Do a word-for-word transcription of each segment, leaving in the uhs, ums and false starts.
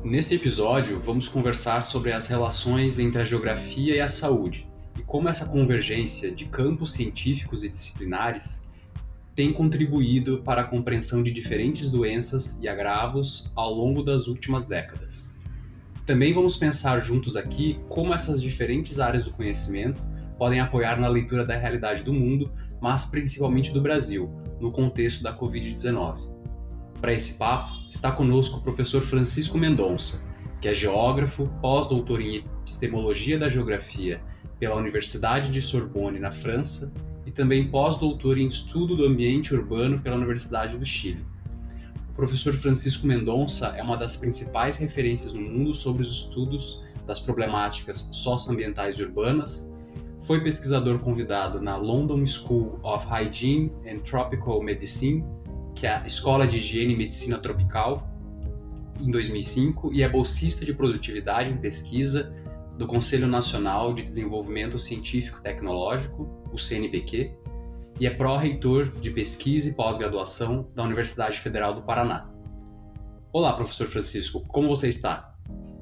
Nesse episódio, vamos conversar sobre as relações entre a geografia e a saúde e como essa convergência de campos científicos e disciplinares tem contribuído para a compreensão de diferentes doenças e agravos ao longo das últimas décadas. Também vamos pensar juntos aqui como essas diferentes áreas do conhecimento podem apoiar na leitura da realidade do mundo, mas principalmente do Brasil, no contexto da covid dezenove. Para esse papo, está conosco o professor Francisco Mendonça, que é geógrafo, pós-doutor em epistemologia da geografia pela Universidade de Sorbonne, na França, e também pós-doutor em estudo do ambiente urbano pela Universidade do Chile. O professor Francisco Mendonça é uma das principais referências no mundo sobre os estudos das problemáticas socioambientais e urbanas. Foi pesquisador convidado na London School of Hygiene and Tropical Medicine, que é a Escola de Higiene e Medicina Tropical, em dois mil e cinco, e é bolsista de produtividade em pesquisa do Conselho Nacional de Desenvolvimento Científico e Tecnológico, o C N Pq, e é pró-reitor de pesquisa e pós-graduação da Universidade Federal do Paraná. Olá, professor Francisco, como você está?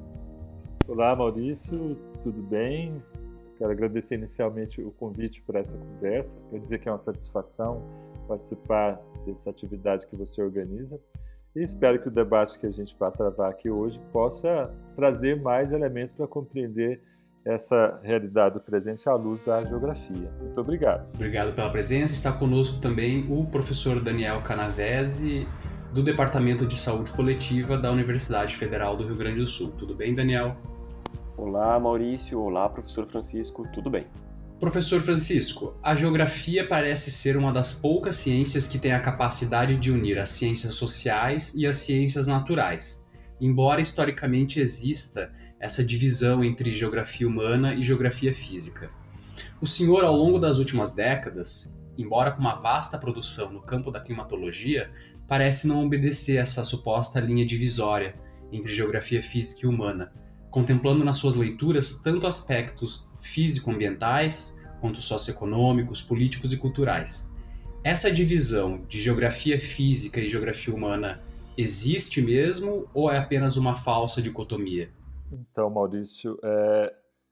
Olá, Maurício, tudo bem? Quero agradecer inicialmente o convite para essa conversa. Quero dizer que é uma satisfação participar dessa atividade que você organiza e espero que o debate que a gente vai travar aqui hoje possa trazer mais elementos para compreender essa realidade do presente à luz da geografia. Muito obrigado. Obrigado pela presença. Está conosco também o professor Daniel Canavese, do Departamento de Saúde Coletiva da Universidade Federal do Rio Grande do Sul. Tudo bem, Daniel? Olá, Maurício. Olá, professor Francisco. Tudo bem? Professor Francisco, a geografia parece ser uma das poucas ciências que tem a capacidade de unir as ciências sociais e as ciências naturais, embora historicamente exista essa divisão entre geografia humana e geografia física. O senhor, ao longo das últimas décadas, embora com uma vasta produção no campo da climatologia, parece não obedecer essa suposta linha divisória entre geografia física e humana, contemplando nas suas leituras tanto aspectos físico-ambientais quanto socioeconômicos, políticos e culturais. Essa divisão de geografia física e geografia humana existe mesmo ou é apenas uma falsa dicotomia? Então, Maurício, é,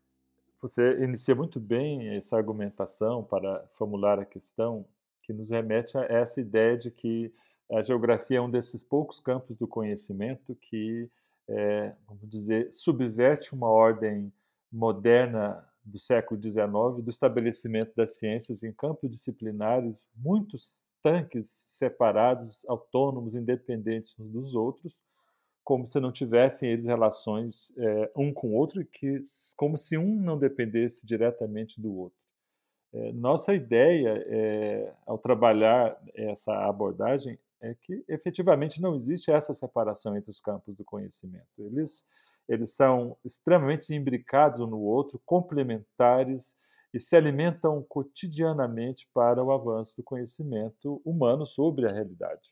você inicia muito bem essa argumentação para formular a questão que nos remete a essa ideia de que a geografia é um desses poucos campos do conhecimento que, é, vamos dizer, subverte uma ordem moderna do século dezenove, do estabelecimento das ciências em campos disciplinares muito estanques, separados, autônomos, independentes uns dos outros, como se não tivessem eles relações é, um com o outro, que, como se um não dependesse diretamente do outro. É, nossa ideia, é, ao trabalhar essa abordagem, é que efetivamente não existe essa separação entre os campos do conhecimento. Eles, eles são extremamente imbricados um no outro, complementares e se alimentam cotidianamente para o avanço do conhecimento humano sobre a realidade.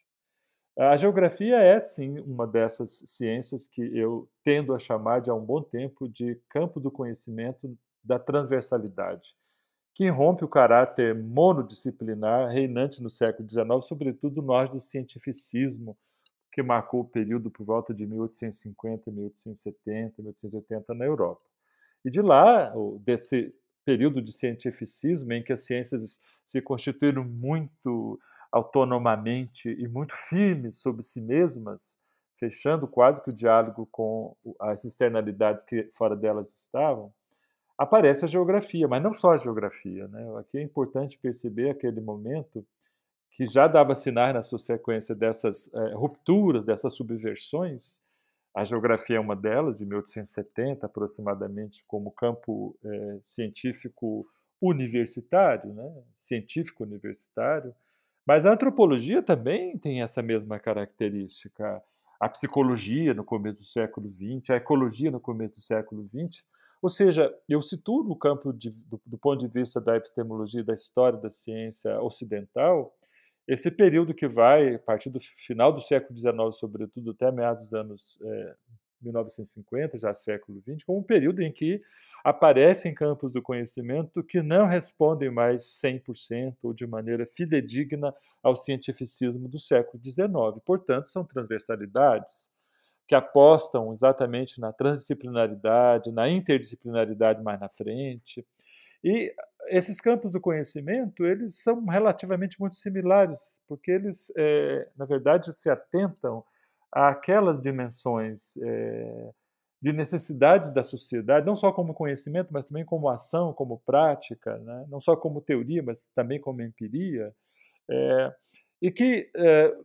A geografia é, sim, uma dessas ciências que eu tendo a chamar de há um bom tempo de campo do conhecimento da transversalidade, que rompe o caráter monodisciplinar reinante no século dezenove, sobretudo no auge do cientificismo, que marcou o período por volta de mil oitocentos e cinquenta, mil oitocentos e setenta, mil oitocentos e oitenta na Europa. E de lá, desse período de cientificismo em que as ciências se constituíram muito autonomamente e muito firmes sobre si mesmas, fechando quase que o diálogo com as externalidades que fora delas estavam, aparece a geografia, mas não só a geografia, né? Aqui é importante perceber aquele momento que já dava sinais na sua sequência dessas eh, rupturas, dessas subversões. A geografia é uma delas, de mil oitocentos e setenta aproximadamente, como campo eh, científico universitário, né? Científico universitário, mas a antropologia também tem essa mesma característica. A psicologia no começo do século vinte, a ecologia no começo do século vinte. Ou seja, eu situo no campo de, do, do ponto de vista da epistemologia, da história da ciência ocidental, esse período que vai, a partir do final do século dezenove, sobretudo, até meados dos anos é, mil novecentos e cinquenta, já século vinte, como um período em que aparecem campos do conhecimento que não respondem mais cem por cento ou de maneira fidedigna ao cientificismo do século dezenove. Portanto, são transversalidades. que apostam exatamente na transdisciplinaridade, na interdisciplinaridade mais na frente. E esses campos do conhecimento, eles são relativamente muito similares, porque eles, é, na verdade, se atentam àquelas dimensões é, de necessidades da sociedade, não só como conhecimento, mas também como ação, como prática, né? Não só como teoria, mas também como empiria, é, e que é,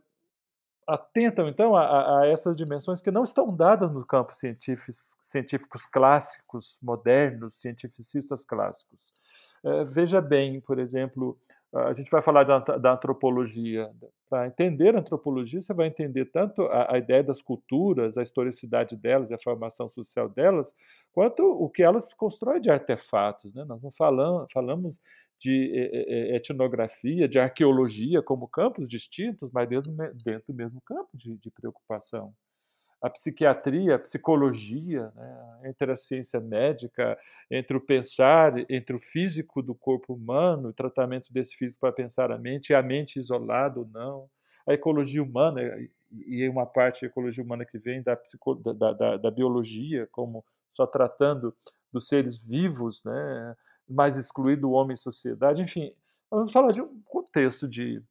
atentam, então, a, a, essas dimensões que não estão dadas nos campos científicos, científicos clássicos, modernos, cientificistas clássicos. É, veja bem, por exemplo, a gente vai falar da, da antropologia. Para entender a antropologia, você vai entender tanto a, a ideia das culturas, a historicidade delas e a formação social delas, quanto o que elas constroem de artefatos. Né? Nós não falamos, falamos de etnografia, de arqueologia como campos distintos, mas dentro, dentro do mesmo campo de, de preocupação. A psiquiatria, a psicologia, né, entre a ciência médica, entre o pensar, entre o físico do corpo humano, o tratamento desse físico para pensar a mente, e a mente isolada ou não, a ecologia humana, e uma parte da ecologia humana que vem da, psico, da, da, da biologia, como só tratando dos seres vivos, né, mais excluído o homem em sociedade, enfim, vamos falar de um contexto de,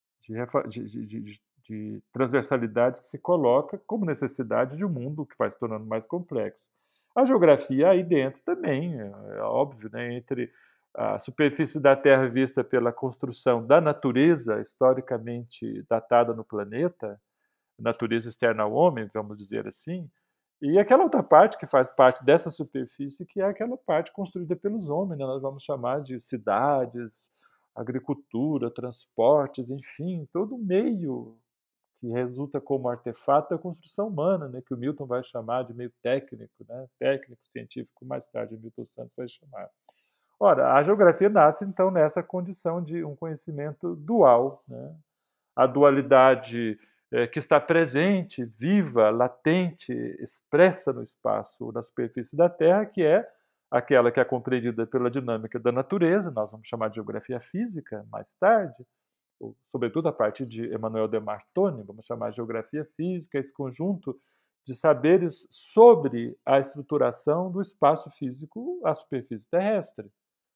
de, de, de, de transversalidade que se coloca como necessidade de um mundo que vai se tornando mais complexo. A geografia aí dentro também, é, é óbvio, né, entre a superfície da Terra vista pela construção da natureza historicamente datada no planeta, natureza externa ao homem, vamos dizer assim, e aquela outra parte que faz parte dessa superfície, que é aquela parte construída pelos homens, né? Nós vamos chamar de cidades, agricultura, transportes, enfim, todo o meio que resulta como artefato da construção humana, né? Que o Milton vai chamar de meio técnico, né? Técnico, científico, mais tarde Milton Santos vai chamar. Ora, a geografia nasce, então, nessa condição de um conhecimento dual, né? A dualidade é, que está presente, viva, latente, expressa no espaço, na superfície da Terra, que é aquela que é compreendida pela dinâmica da natureza, nós vamos chamar de geografia física mais tarde, ou, sobretudo a partir de Emmanuel de Martoni, vamos chamar de geografia física, esse conjunto de saberes sobre a estruturação do espaço físico à superfície terrestre.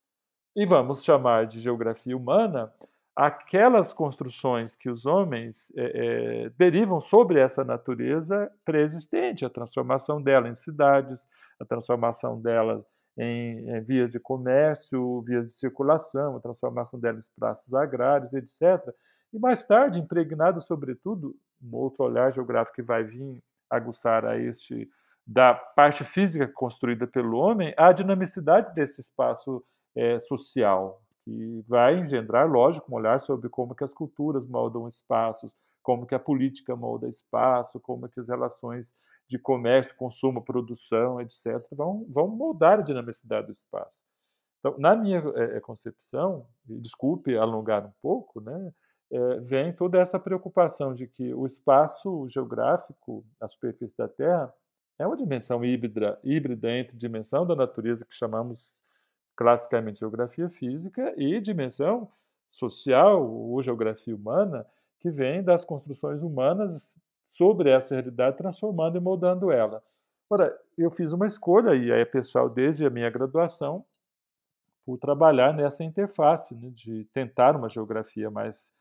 E vamos chamar de geografia humana aquelas construções que os homens é, é, derivam sobre essa natureza preexistente, a transformação dela em cidades, a transformação dela em, em vias de comércio, vias de circulação, a transformação dela em espaços agrários, etcétera. E mais tarde, impregnado, sobretudo, um outro olhar geográfico que vai vir aguçar a este da parte física construída pelo homem, a dinamicidade desse espaço é, social, que vai engendrar, lógico, um olhar sobre como que as culturas moldam espaços, como que a política molda espaço, como que as relações de comércio, consumo, produção, etcétera, vão, vão moldar a dinamicidade do espaço. Então, na minha é, concepção, e desculpe alongar um pouco, né, é, vem toda essa preocupação de que o espaço geográfico, a superfície da Terra, é uma dimensão híbrida, híbrida entre dimensão da natureza, que chamamos classicamente geografia física, e dimensão social, ou geografia humana, que vem das construções humanas sobre essa realidade, transformando e moldando ela. Ora, eu fiz uma escolha, e é pessoal desde a minha graduação, por trabalhar nessa interface, né, de tentar uma geografia mais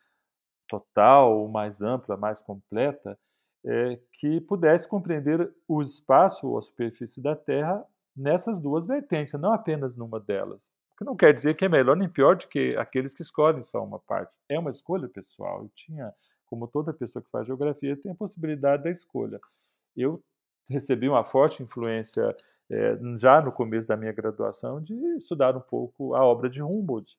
total, mais ampla, mais completa, é, que pudesse compreender o espaço ou a superfície da Terra nessas duas vertentes, não apenas numa delas. O que não quer dizer que é melhor nem pior do que aqueles que escolhem só uma parte. É uma escolha pessoal. Eu tinha, como toda pessoa que faz geografia, tem a possibilidade da escolha. Eu recebi uma forte influência, é, já no começo da minha graduação, de estudar um pouco a obra de Humboldt.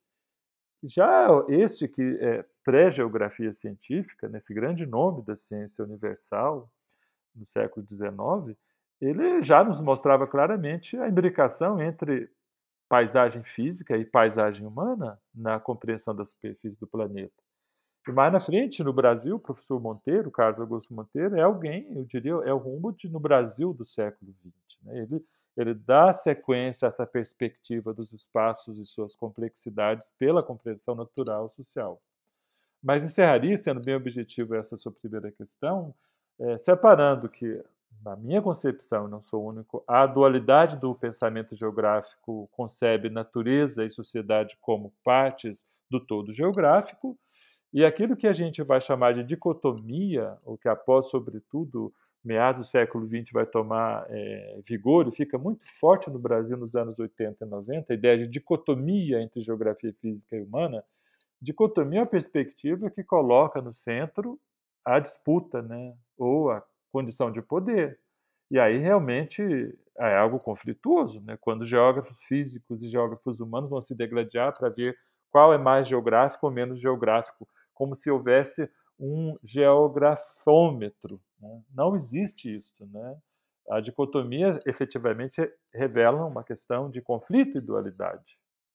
Já este que é pré-geografia científica, nesse grande nome da ciência universal, no século dezenove, ele já nos mostrava claramente a imbricação entre paisagem física e paisagem humana na compreensão da superfície do planeta. E mais na frente, no Brasil, o professor Monteiro, Carlos Augusto Monteiro, é alguém, eu diria, é o Humboldt no Brasil do século vinte. Né? Ele, ele dá sequência a essa perspectiva dos espaços e suas complexidades pela compreensão natural e social. Mas encerraria, sendo bem objetivo essa sua primeira questão, é, separando que na minha concepção, não sou o único, a dualidade do pensamento geográfico concebe natureza e sociedade como partes do todo geográfico, e aquilo que a gente vai chamar de dicotomia, ou que após, sobretudo, meados do século vinte vai tomar é, vigor e fica muito forte no Brasil nos anos oitenta e noventa, a ideia de dicotomia entre geografia física e humana. Dicotomia é uma perspectiva que coloca no centro a disputa, né, ou a condição de poder. E aí realmente é algo conflituoso, né, quando geógrafos físicos e geógrafos humanos vão se degladiar para ver qual é mais geográfico ou menos geográfico, como se houvesse um geografômetro, né? Não existe isso, né? A dicotomia efetivamente revela uma questão de conflito e dualidade,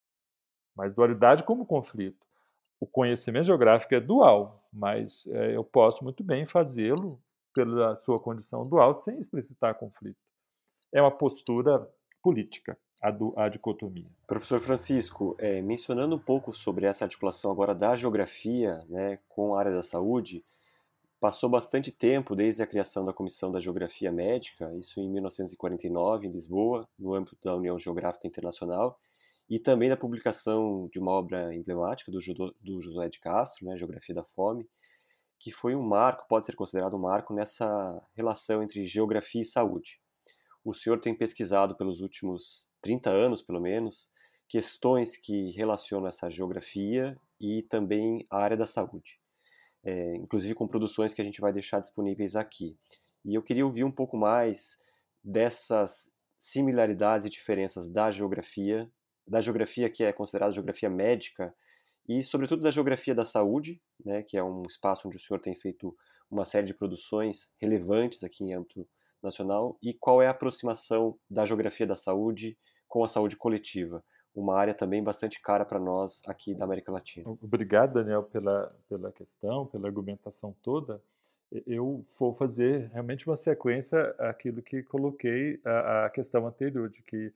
mas dualidade como conflito. O conhecimento geográfico é dual, mas é, eu posso muito bem fazê-lo pela sua condição dual sem explicitar conflito. É uma postura política, a, do, a dicotomia. Professor Francisco, é, mencionando um pouco sobre essa articulação agora da geografia, né, com a área da saúde, passou bastante tempo desde a criação da Comissão da Geografia Médica, isso em mil novecentos e quarenta e nove, em Lisboa, no âmbito da União Geográfica Internacional, e também da publicação de uma obra emblemática do, Judo, do José de Castro, né, Geografia da Fome, que foi um marco, pode ser considerado um marco nessa relação entre geografia e saúde. O senhor tem pesquisado pelos últimos trinta anos, pelo menos, questões que relacionam essa geografia e também a área da saúde, é, inclusive com produções que a gente vai deixar disponíveis aqui. E eu queria ouvir um pouco mais dessas similaridades e diferenças da geografia, da geografia que é considerada geografia médica e, sobretudo, da geografia da saúde, né, que é um espaço onde o senhor tem feito uma série de produções relevantes aqui em âmbito nacional, e qual é a aproximação da geografia da saúde com a saúde coletiva, uma área também bastante cara para nós aqui da América Latina. Obrigado, Daniel, pela, pela questão, pela argumentação toda. Eu vou fazer realmente uma sequência àquilo que coloquei a, a questão anterior, de que,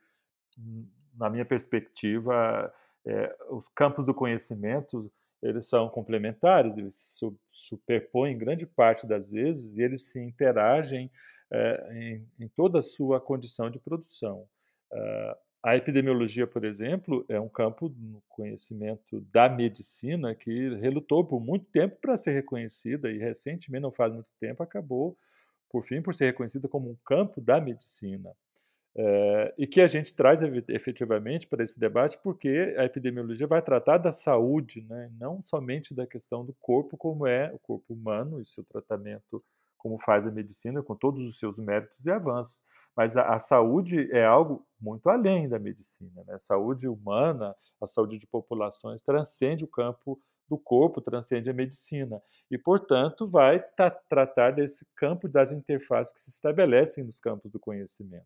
na minha perspectiva, é, os campos do conhecimento eles são complementares, eles se superpõem grande parte das vezes e eles se interagem é, em, em toda a sua condição de produção. Uh, a epidemiologia, por exemplo, é um campo no conhecimento da medicina que relutou por muito tempo para ser reconhecida e recentemente, não faz muito tempo, acabou, por fim, por ser reconhecida como um campo da medicina. É, e que a gente traz efetivamente para esse debate porque a epidemiologia vai tratar da saúde, né? Não somente da questão do corpo, como é o corpo humano e seu tratamento, como faz a medicina, com todos os seus méritos e avanços. Mas a, a saúde é algo muito além da medicina, né? A saúde humana, a saúde de populações, transcende o campo do corpo, transcende a medicina. E, portanto, vai tratar desse campo das interfaces que se estabelecem nos campos do conhecimento.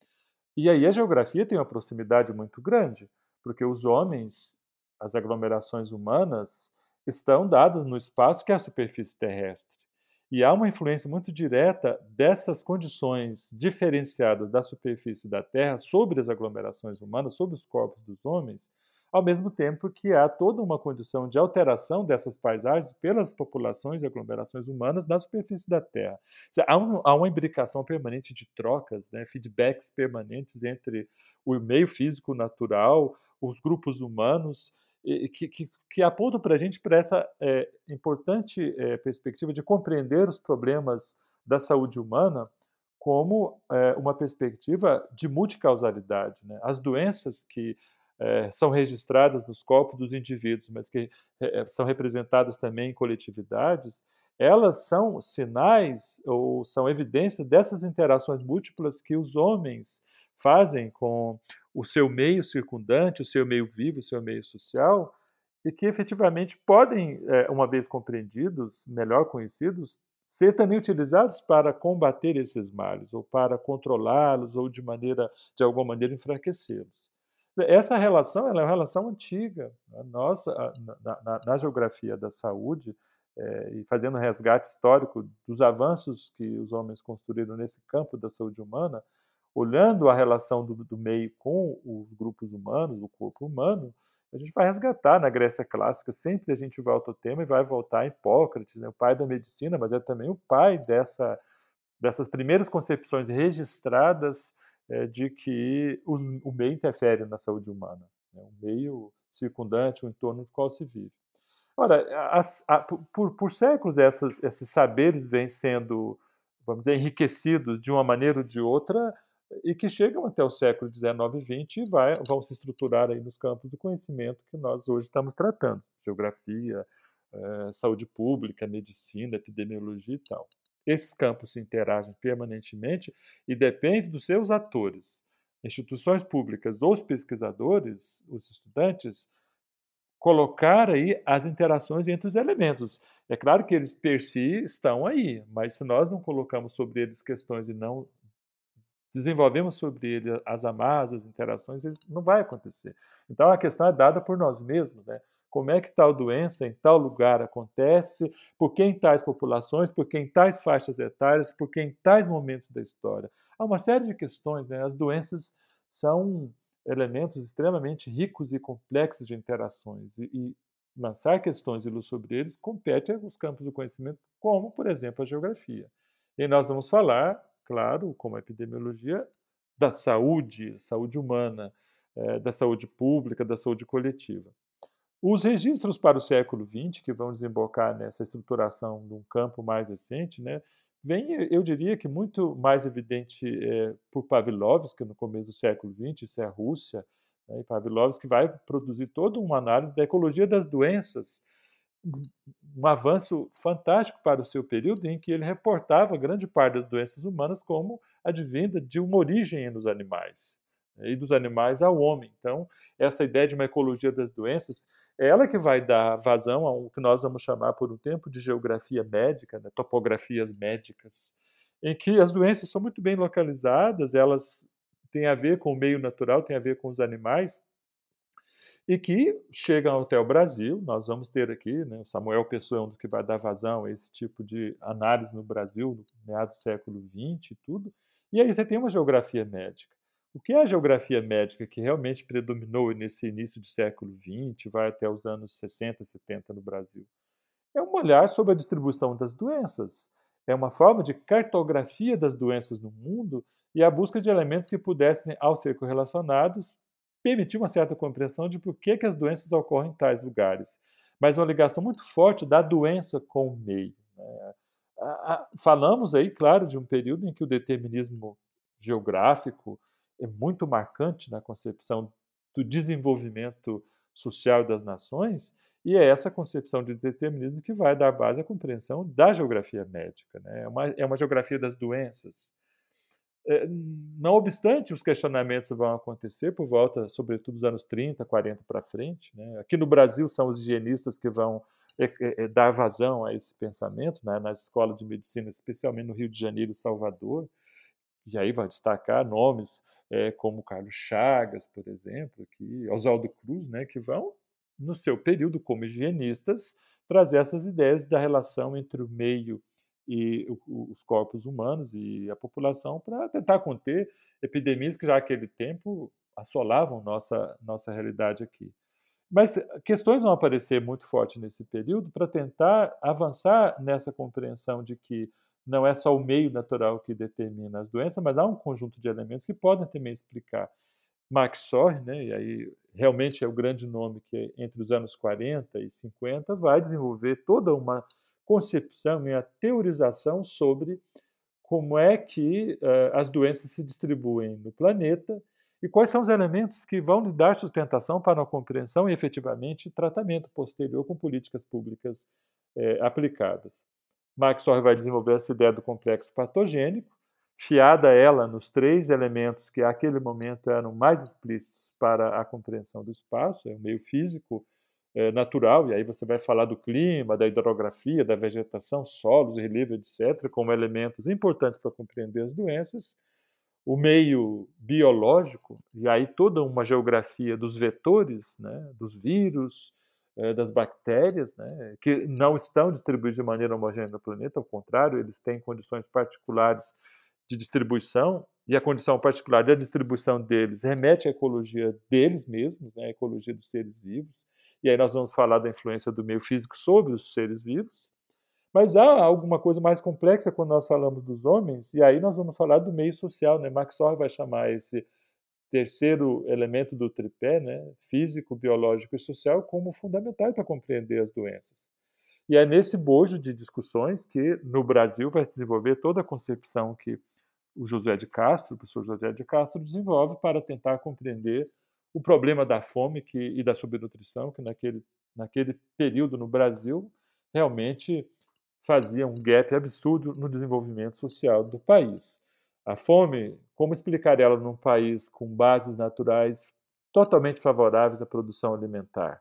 E aí a geografia tem uma proximidade muito grande, porque os homens, as aglomerações humanas, estão dadas no espaço que é a superfície terrestre. E há uma influência muito direta dessas condições diferenciadas da superfície da Terra sobre as aglomerações humanas, sobre os corpos dos homens, ao mesmo tempo que há toda uma condição de alteração dessas paisagens pelas populações e aglomerações humanas na superfície da Terra. Há, um, há uma imbricação permanente de trocas, né, feedbacks permanentes entre o meio físico natural, os grupos humanos, que, que, que apontam para a gente para essa é, importante é, perspectiva de compreender os problemas da saúde humana como é, uma perspectiva de multicausalidade. Né? As doenças que é, são registradas nos corpos dos indivíduos, mas que é, são representadas também em coletividades, elas são sinais ou são evidências dessas interações múltiplas que os homens fazem com o seu meio circundante, o seu meio vivo, o seu meio social, e que efetivamente podem, uma vez compreendidos, melhor conhecidos, ser também utilizados para combater esses males, ou para controlá-los, ou de maneira, de alguma maneira, enfraquecê-los. Essa relação ela é uma relação antiga. Nossa, na, na, na geografia da saúde, é, e fazendo um resgate histórico dos avanços que os homens construíram nesse campo da saúde humana, olhando a relação do, do meio com os grupos humanos, o corpo humano, a gente vai resgatar na Grécia clássica, sempre a gente volta ao tema e vai voltar a Hipócrates, né, o pai da medicina, mas é também o pai dessa dessas primeiras concepções registradas é, de que o, o meio interfere na saúde humana, né? O meio circundante, o entorno do qual se vive. Ora, as, a, por, por séculos essas, esses saberes vêm sendo, vamos dizer, enriquecidos de uma maneira ou de outra e que chegam até o século dezenove e vinte e vai, vão se estruturar aí nos campos do conhecimento que nós hoje estamos tratando, geografia, eh, saúde pública, medicina, epidemiologia e tal. Esses campos se interagem permanentemente e depende dos seus atores. Instituições públicas, os pesquisadores, os estudantes, colocar aí as interações entre os elementos. É claro que eles per si estão aí, mas se nós não colocamos sobre eles questões e não desenvolvemos sobre ele as amarras, as interações, não vai acontecer. Então a questão é dada por nós mesmos, né? Como é que tal doença em tal lugar acontece, por que em tais populações, por que em tais faixas etárias, por que em tais momentos da história. Há uma série de questões, né? As doenças são elementos extremamente ricos e complexos de interações e, e lançar questões e luz sobre eles compete aos campos do conhecimento, como, por exemplo, a geografia. E nós vamos falar, claro, como a epidemiologia, da saúde, saúde humana, eh, da saúde pública, da saúde coletiva. Os registros para o século vinte, que vão desembocar nessa estruturação de um campo mais recente, né, vem, eu diria que muito mais evidente é, por Pavlovsky, no começo do século vinte, isso é a Rússia, né, e Pavlovsky vai produzir toda uma análise da ecologia das doenças, um avanço fantástico para o seu período, em que ele reportava grande parte das doenças humanas como advinda de uma origem nos animais, né, e dos animais ao homem. Então, essa ideia de uma ecologia das doenças é ela que vai dar vazão a o que nós vamos chamar por um tempo de geografia médica, né, topografias médicas, em que as doenças são muito bem localizadas, elas têm a ver com o meio natural, têm a ver com os animais, e que chegam até o Brasil. Nós vamos ter aqui, né, o Samuel Pessoa é um dos que vai dar vazão a esse tipo de análise no Brasil, no meados do século vinte e tudo. E aí você tem uma geografia médica. O que é a geografia médica que realmente predominou nesse início do século vinte, vai até os anos sessenta, setenta no Brasil? É um olhar sobre a distribuição das doenças. É uma forma de cartografia das doenças no mundo e a busca de elementos que pudessem, ao ser correlacionados, permitir uma certa compreensão de por que, que as doenças ocorrem em tais lugares. Mas uma ligação muito forte da doença com o meio, né? Falamos aí, claro, de um período em que o determinismo geográfico é muito marcante na concepção do desenvolvimento social das nações, e é essa concepção de determinismo que vai dar base à compreensão da geografia médica, né? É uma, é uma geografia das doenças. É, não obstante, os questionamentos vão acontecer por volta, sobretudo, dos anos trinta, quarenta para frente, né? Aqui no Brasil são os higienistas que vão é, é, dar vazão a esse pensamento, né? Nas escolas de medicina, especialmente no Rio de Janeiro e Salvador, e aí vai destacar nomes é, como Carlos Chagas, por exemplo, que, Oswaldo Cruz, né, que vão, no seu período como higienistas, trazer essas ideias da relação entre o meio e o, os corpos humanos e a população para tentar conter epidemias que já naquele tempo assolavam nossa, nossa realidade aqui. Mas questões vão aparecer muito forte nesse período para tentar avançar nessa compreensão de que não é só o meio natural que determina as doenças, mas há um conjunto de elementos que podem também explicar. Max Sorge, né, e aí realmente é o grande nome que entre os anos quarenta e cinquenta vai desenvolver toda uma concepção e a teorização sobre como é que uh, as doenças se distribuem no planeta e quais são os elementos que vão lhe dar sustentação para a compreensão e, efetivamente, tratamento posterior com políticas públicas eh, aplicadas. Max Sorge vai desenvolver essa ideia do complexo patogênico, fiada ela nos três elementos que, naquele momento, eram mais explícitos para a compreensão do espaço, é o meio físico, é, natural, e aí você vai falar do clima, da hidrografia, da vegetação, solos, relevo, etcétera, como elementos importantes para compreender as doenças. O meio biológico, e aí toda uma geografia dos vetores, né, dos vírus, é, das bactérias, né, que não estão distribuídos de maneira homogênea no planeta, ao contrário, eles têm condições particulares de distribuição, e a condição particular da distribuição deles remete à ecologia deles mesmos, né, à ecologia dos seres vivos. E aí nós vamos falar da influência do meio físico sobre os seres vivos. Mas há alguma coisa mais complexa quando nós falamos dos homens, e aí nós vamos falar do meio social, né? Max Sor vai chamar esse terceiro elemento do tripé, né? Físico, biológico e social, como fundamental para compreender as doenças. E é nesse bojo de discussões que, no Brasil, vai se desenvolver toda a concepção que o José de Castro, o professor José de Castro, desenvolve para tentar compreender o problema da fome que, e da subnutrição, que naquele, naquele período no Brasil realmente fazia um gap absurdo no desenvolvimento social do país. A fome, como explicar ela num país com bases naturais totalmente favoráveis à produção alimentar?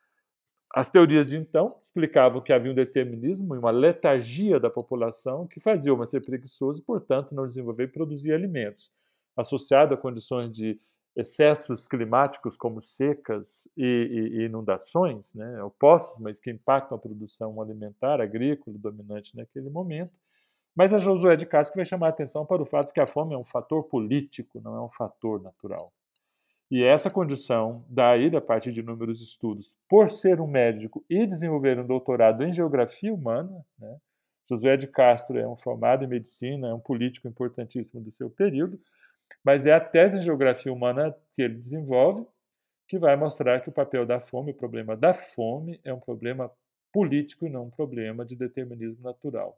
As teorias de então explicavam que havia um determinismo e uma letargia da população que fazia o homem ser preguiçoso e, portanto, não desenvolver e produzir alimentos, associado a condições de excessos climáticos como secas e, e, e inundações, né, opostos, mas que impactam a produção alimentar agrícola dominante naquele momento. Mas a Josué de Castro vai chamar a atenção para o fato que a fome é um fator político, não é um fator natural. E essa condição, daí, a partir de inúmeros estudos, por ser um médico e desenvolver um doutorado em geografia humana, né? José de Castro é um formado em medicina, é um político importantíssimo do seu período, mas é a tese em geografia humana que ele desenvolve que vai mostrar que o papel da fome, o problema da fome, é um problema político e não um problema de determinismo natural.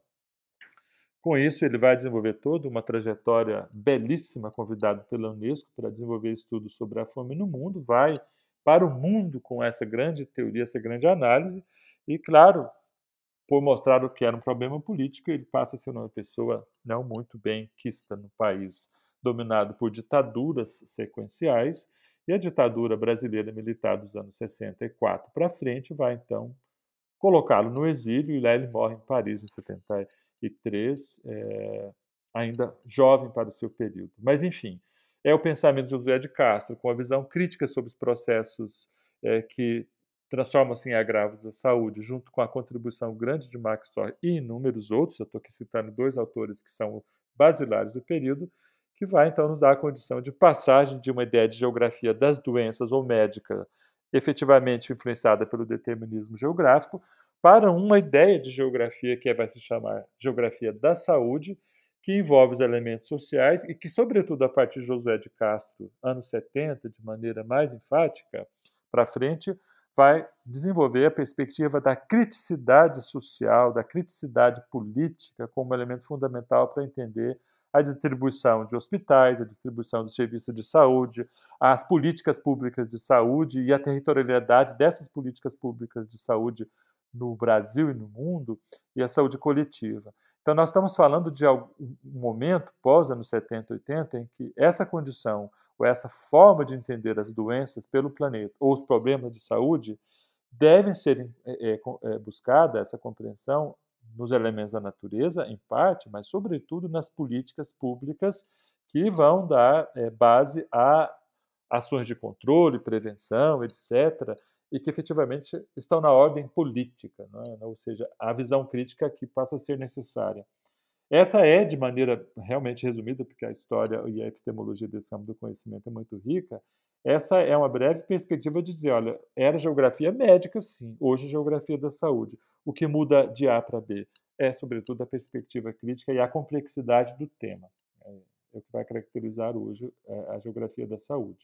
Com isso, ele vai desenvolver toda uma trajetória belíssima, convidado pela Unesco para desenvolver estudos sobre a fome no mundo, vai para o mundo com essa grande teoria, essa grande análise, e, claro, por mostrar o que era um problema político, ele passa a ser uma pessoa não muito bem quista no país, dominado por ditaduras sequenciais, e a ditadura brasileira militar dos anos sessenta e quatro para frente vai, então, colocá-lo no exílio, e lá ele morre em Paris em setenta e três, é, ainda jovem para o seu período. Mas, enfim, é o pensamento de José de Castro, com a visão crítica sobre os processos é, que transformam-se em agravos à saúde, junto com a contribuição grande de Max Sor e inúmeros outros, eu estou aqui citando dois autores que são basilares do período, que vai, então, nos dar a condição de passagem de uma ideia de geografia das doenças ou médica efetivamente influenciada pelo determinismo geográfico, para uma ideia de geografia que vai se chamar geografia da saúde, que envolve os elementos sociais e que, sobretudo a partir de José de Castro, anos setenta, de maneira mais enfática, para frente, vai desenvolver a perspectiva da criticidade social, da criticidade política como elemento fundamental para entender a distribuição de hospitais, a distribuição dos serviços de saúde, as políticas públicas de saúde e a territorialidade dessas políticas públicas de saúde no Brasil e no mundo, e a saúde coletiva. Então, nós estamos falando de um momento, pós anos setenta, oitenta, em que essa condição, ou essa forma de entender as doenças pelo planeta, ou os problemas de saúde, devem ser é, é, buscada, essa compreensão, nos elementos da natureza, em parte, mas, sobretudo, nas políticas públicas que vão dar é, base a ações de controle, prevenção, etcétera, e que efetivamente estão na ordem política, não é? Ou seja, a visão crítica que passa a ser necessária. Essa é, de maneira realmente resumida, porque a história e a epistemologia desse campo do conhecimento é muito rica, essa é uma breve perspectiva de dizer, olha, era geografia médica, sim, hoje é geografia da saúde. O que muda de A para B é, sobretudo, a perspectiva crítica e a complexidade do tema. É o que vai caracterizar hoje a geografia da saúde.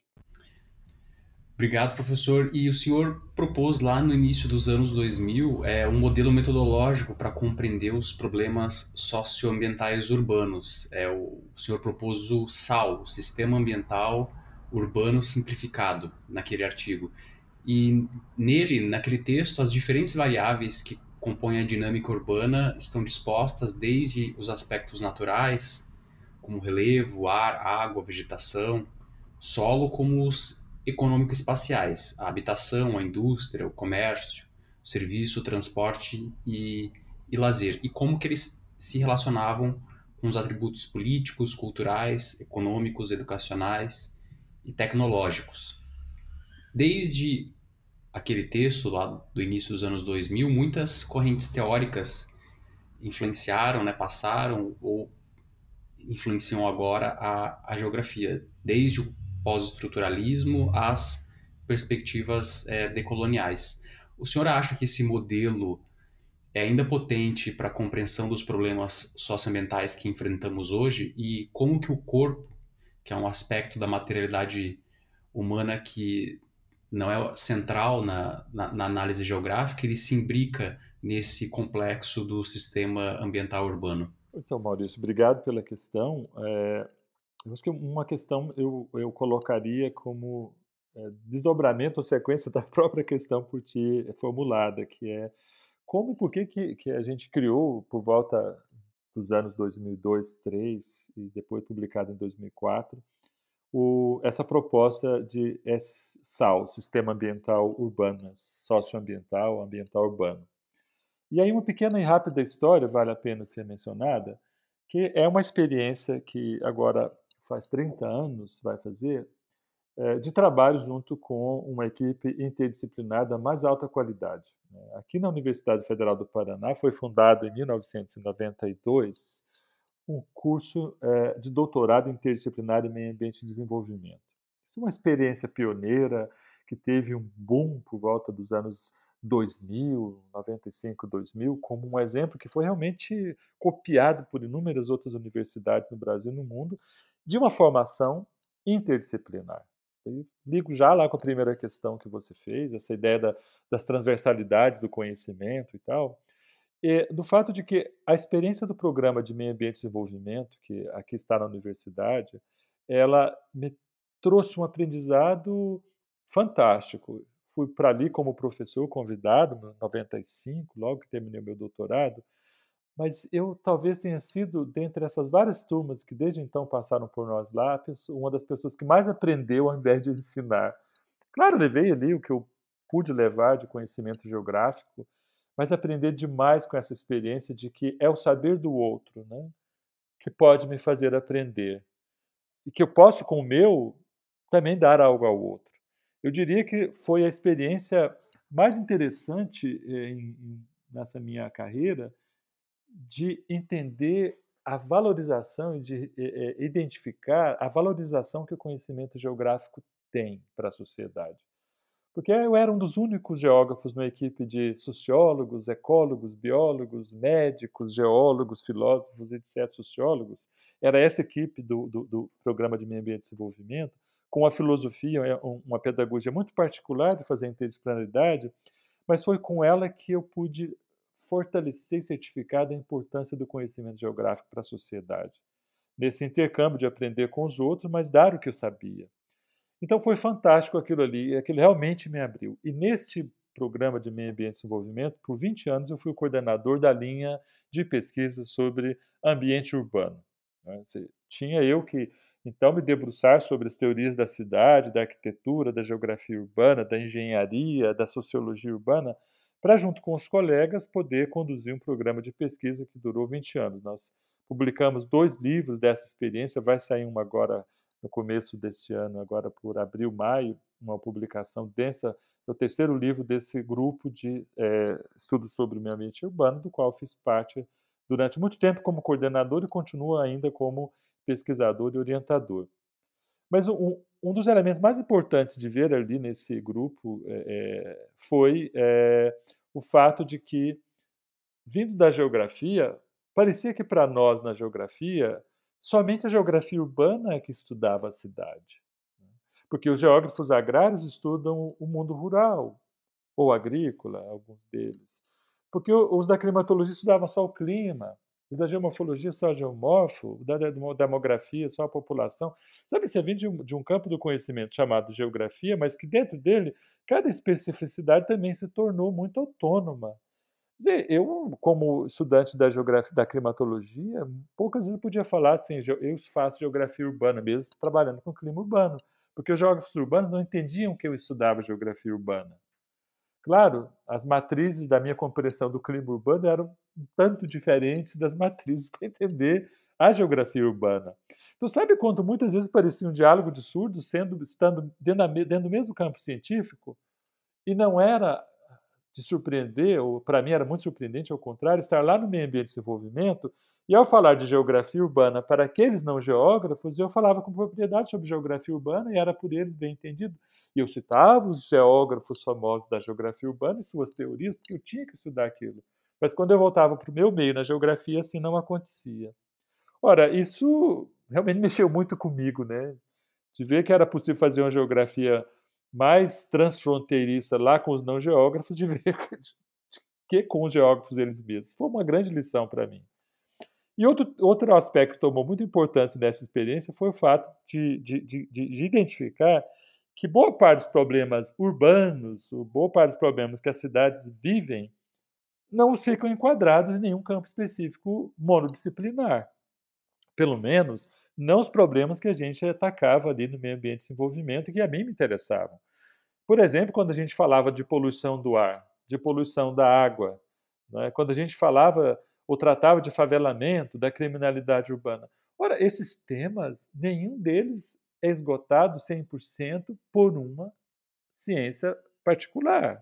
Obrigado, professor. E o senhor propôs lá no início dos anos dois mil é, um modelo metodológico para compreender os problemas socioambientais urbanos. É, o, o senhor propôs o SAU, o Sistema Ambiental Urbano Simplificado, naquele artigo. E nele, naquele texto, as diferentes variáveis que compõem a dinâmica urbana estão dispostas desde os aspectos naturais, como relevo, ar, água, vegetação, solo, como os econômico-espaciais, a habitação, a indústria, o comércio, o serviço, o transporte e, e lazer, e como que eles se relacionavam com os atributos políticos, culturais, econômicos, educacionais e tecnológicos. Desde aquele texto lá do início dos anos dois mil, muitas correntes teóricas influenciaram, né, passaram ou influenciam agora a, a geografia, desde o pós-estruturalismo às perspectivas é, decoloniais. O senhor acha que esse modelo é ainda potente para a compreensão dos problemas socioambientais que enfrentamos hoje e como que o corpo, que é um aspecto da materialidade humana que não é central na, na, na análise geográfica, ele se imbrica nesse complexo do sistema ambiental urbano. Então, Maurício, obrigado pela questão. É, eu acho que uma questão eu, eu colocaria como é, desdobramento ou sequência da própria questão por ti formulada, que é como e por que, que, que a gente criou, por volta dos anos dois mil e dois, dois mil e três e depois publicado em dois mil e quatro, o, essa proposta de S- SAU, Sistema Ambiental Urbano, Socioambiental, Ambiental Urbano. E aí uma pequena e rápida história vale a pena ser mencionada, que é uma experiência que agora faz trinta anos, vai fazer, eh, de trabalho junto com uma equipe interdisciplinar da mais alta qualidade, né. Aqui na Universidade Federal do Paraná foi fundado em mil novecentos e noventa e dois um curso eh, de doutorado interdisciplinar em meio ambiente e desenvolvimento. Isso é uma experiência pioneira que teve um boom por volta dos anos dois mil, noventa e cinco, dois mil, como um exemplo que foi realmente copiado por inúmeras outras universidades no Brasil e no mundo, de uma formação interdisciplinar. Eu ligo já lá com a primeira questão que você fez, essa ideia da, das transversalidades do conhecimento e tal, e do fato de que a experiência do programa de Meio Ambiente e Desenvolvimento, que aqui está na universidade, ela me trouxe um aprendizado fantástico. Fui para ali como professor convidado, em noventa e cinco, logo que terminei o meu doutorado, mas eu talvez tenha sido, dentre essas várias turmas que desde então passaram por nós lá, uma das pessoas que mais aprendeu ao invés de ensinar. Claro, levei ali o que eu pude levar de conhecimento geográfico, mas aprender demais com essa experiência de que é o saber do outro, né, que pode me fazer aprender. E que eu posso, com o meu, também dar algo ao outro. Eu diria que foi a experiência mais interessante eh, em, em, nessa minha carreira de entender a valorização e de eh, eh, identificar a valorização que o conhecimento geográfico tem para a sociedade. Porque eu era um dos únicos geógrafos numa equipe de sociólogos, ecólogos, biólogos, médicos, geólogos, filósofos, etcétera, sociólogos. Era essa equipe do, do, do Programa de Meio Ambiente e Desenvolvimento, com uma filosofia, uma pedagogia muito particular de fazer interdisciplinaridade, mas foi com ela que eu pude fortalecer e certificar a importância do conhecimento geográfico para a sociedade. Nesse intercâmbio de aprender com os outros, mas dar o que eu sabia. Então foi fantástico aquilo ali, e aquilo realmente me abriu. E neste programa de Meio Ambiente e Desenvolvimento, por vinte anos eu fui o coordenador da linha de pesquisa sobre ambiente urbano, né? Tinha eu que, então, me debruçar sobre as teorias da cidade, da arquitetura, da geografia urbana, da engenharia, da sociologia urbana, para, junto com os colegas, poder conduzir um programa de pesquisa que durou vinte anos. Nós publicamos dois livros dessa experiência, vai sair um agora no começo desse ano, agora por abril, maio, uma publicação dessa, o terceiro livro desse grupo de é, estudos sobre o meio ambiente urbano, do qual fiz parte durante muito tempo como coordenador e continuo ainda como pesquisador e orientador. Mas um, um dos elementos mais importantes de ver ali nesse grupo é, foi é, o fato de que, vindo da geografia, parecia que para nós na geografia, somente a geografia urbana é que estudava a cidade. Porque os geógrafos agrários estudam o mundo rural, ou agrícola, alguns deles. Porque os da climatologia estudavam só o clima, os da geomorfologia só o geomorfo, o da demografia só a população. Sabe, você vem de um, de um campo do conhecimento chamado geografia, mas que dentro dele, cada especificidade também se tornou muito autônoma. Quer dizer, eu, como estudante da geografia, da climatologia, poucas vezes podia falar assim, eu faço geografia urbana mesmo, trabalhando com clima urbano, porque os geógrafos urbanos não entendiam que eu estudava geografia urbana. Claro, as matrizes da minha compreensão do clima urbano eram um tanto diferentes das matrizes para entender a geografia urbana. Então, sabe quanto muitas vezes parecia um diálogo de surdos, sendo, estando dentro, da, dentro do mesmo campo científico, e não era de surpreender, ou para mim era muito surpreendente, ao contrário, estar lá no meio ambiente de desenvolvimento, e ao falar de geografia urbana para aqueles não geógrafos, eu falava com propriedade sobre geografia urbana e era por eles bem entendido. E eu citava os geógrafos famosos da geografia urbana e suas teorias, porque eu tinha que estudar aquilo. Mas quando eu voltava para o meu meio, na geografia, assim não acontecia. Ora, isso realmente mexeu muito comigo, né? De ver que era possível fazer uma geografia mais transfronteiriça lá com os não geógrafos, de ver que com os geógrafos eles mesmos. Foi uma grande lição para mim. E outro, outro aspecto que tomou muita importância nessa experiência foi o fato de, de, de, de identificar que boa parte dos problemas urbanos, ou boa parte dos problemas que as cidades vivem, não ficam enquadrados em nenhum campo específico monodisciplinar. Pelo menos, não os problemas que a gente atacava ali no meio ambiente de desenvolvimento e que a mim me interessavam. Por exemplo, quando a gente falava de poluição do ar, de poluição da água, né? Quando a gente falava ou tratava de favelamento, da criminalidade urbana. Ora, esses temas, nenhum deles é esgotado cem por cento por uma ciência particular.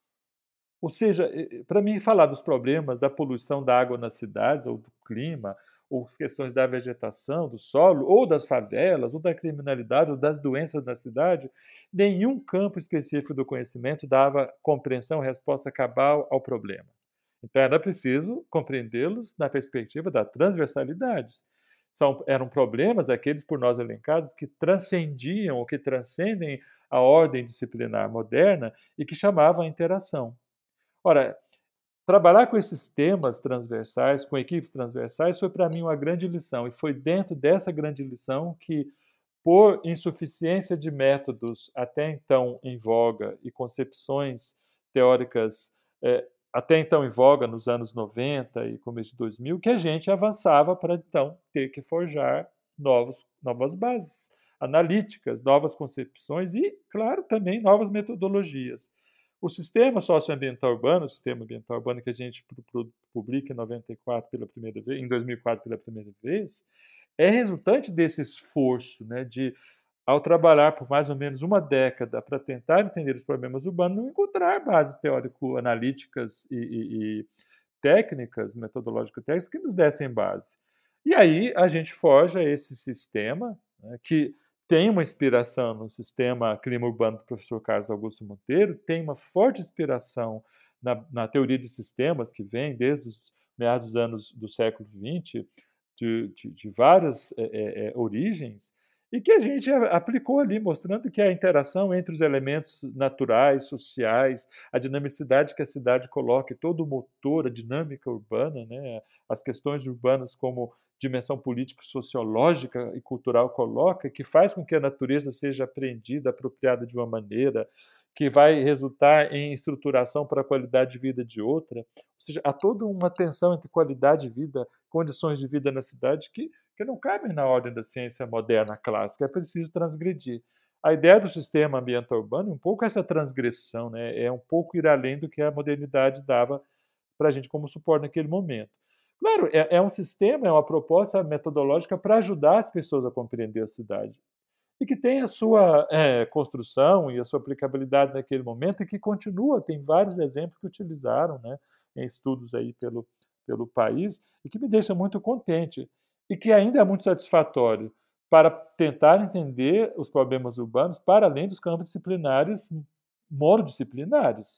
Ou seja, para mim falar dos problemas da poluição da água nas cidades, ou do clima, ou as questões da vegetação, do solo, ou das favelas, ou da criminalidade, ou das doenças da cidade, nenhum campo específico do conhecimento dava compreensão, resposta cabal ao problema. Então era preciso compreendê-los na perspectiva da transversalidade. São, eram problemas, aqueles por nós elencados, que transcendiam ou que transcendem a ordem disciplinar moderna e que chamavam a interação. Ora, trabalhar com esses temas transversais, com equipes transversais, foi para mim uma grande lição. E foi dentro dessa grande lição que, por insuficiência de métodos até então em voga e concepções teóricas é, até então em voga nos anos noventa e começo de dois mil, que a gente avançava para então ter que forjar novos, novas bases analíticas, novas concepções e, claro, também novas metodologias. O sistema socioambiental urbano, o sistema ambiental urbano que a gente publica em noventa e quatro pela primeira vez, em dois mil e quatro pela primeira vez, é resultante desse esforço, né, de, ao trabalhar por mais ou menos uma década para tentar entender os problemas urbanos, não encontrar bases teórico-analíticas e, e, e técnicas, metodológicas técnicas que nos dessem base. E aí a gente forja esse sistema, né, que tem uma inspiração no sistema clima urbano do professor Carlos Augusto Monteiro, tem uma forte inspiração na, na teoria de sistemas que vem desde os meados dos anos do século vinte, de, de, de várias é, é, origens, e que a gente aplicou ali, mostrando que a interação entre os elementos naturais, sociais, a dinamicidade que a cidade coloca, todo o motor, a dinâmica urbana, né, as questões urbanas como dimensão político-sociológica e cultural coloca, que faz com que a natureza seja apreendida, apropriada de uma maneira, que vai resultar em estruturação para a qualidade de vida de outra. Ou seja, há toda uma tensão entre qualidade de vida, condições de vida na cidade que, que não cabem na ordem da ciência moderna clássica, é preciso transgredir. A ideia do sistema ambiental urbano é um pouco essa transgressão, né? É um pouco ir além do que a modernidade dava para a gente como suporte naquele momento. Claro, é, é um sistema, é uma proposta metodológica para ajudar as pessoas a compreender a cidade e que tem a sua é, construção e a sua aplicabilidade naquele momento e que continua, tem vários exemplos que utilizaram, né, em estudos aí pelo, pelo país e que me deixa muito contente e que ainda é muito satisfatório para tentar entender os problemas urbanos para além dos campos disciplinares monodisciplinares.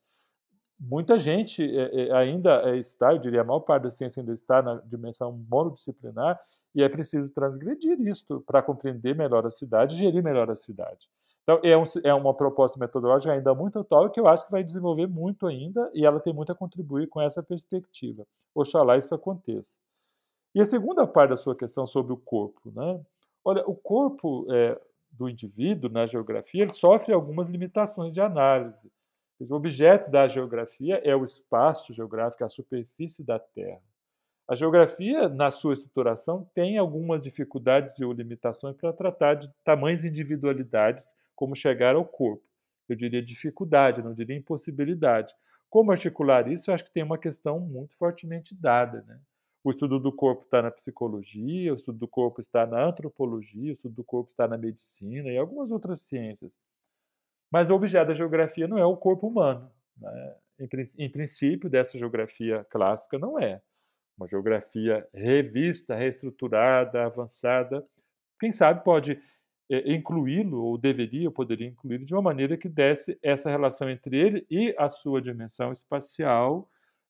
Muita gente é, é, ainda é, está, eu diria, a maior parte da ciência ainda está na dimensão monodisciplinar e é preciso transgredir isto para compreender melhor a cidade e gerir melhor a cidade. Então, é, um, é uma proposta metodológica ainda muito atual que eu acho que vai desenvolver muito ainda e ela tem muito a contribuir com essa perspectiva. Oxalá isso aconteça. E a segunda parte da sua questão sobre o corpo, né? Olha, o corpo é, do indivíduo na geografia ele sofre algumas limitações de análise. O objeto da geografia é o espaço geográfico, a superfície da Terra. A geografia, na sua estruturação, tem algumas dificuldades ou limitações para tratar de tamanhas individualidades, como chegar ao corpo. Eu diria dificuldade, não diria impossibilidade. Como articular isso, eu acho que tem uma questão muito fortemente dada, né? O estudo do corpo está na psicologia, o estudo do corpo está na antropologia, o estudo do corpo está na medicina e algumas outras ciências. Mas o objeto da geografia não é o corpo humano, né? Em, em princípio, dessa geografia clássica, não é. Uma geografia revista, reestruturada, avançada. Quem sabe pode é, incluí-lo, ou deveria, ou poderia incluí-lo, de uma maneira que desse essa relação entre ele e a sua dimensão espacial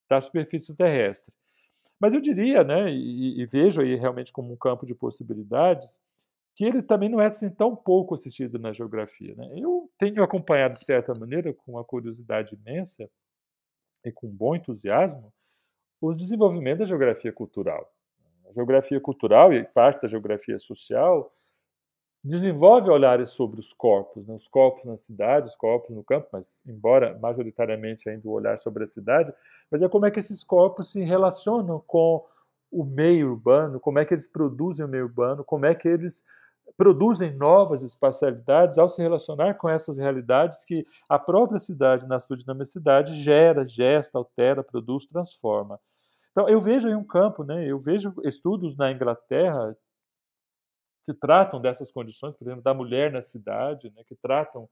da superfície terrestre. Mas eu diria, né, e, e vejo aí realmente como um campo de possibilidades, que ele também não é assim tão pouco assistido na geografia, né? Eu tenho acompanhado, de certa maneira, com uma curiosidade imensa e com bom entusiasmo, os desenvolvimentos da geografia cultural. A geografia cultural e parte da geografia social desenvolve olhares sobre os corpos, né? Os corpos na cidade, os corpos no campo, mas embora majoritariamente ainda o olhar sobre a cidade, mas é como é que esses corpos se relacionam com o meio urbano, como é que eles produzem o meio urbano, como é que eles produzem novas espacialidades ao se relacionar com essas realidades que a própria cidade, na sua dinamicidade, gera, gesta, altera, produz, transforma. Então, eu vejo aí um campo, né? Eu vejo estudos na Inglaterra que tratam dessas condições, por exemplo, da mulher na cidade, né, que tratam,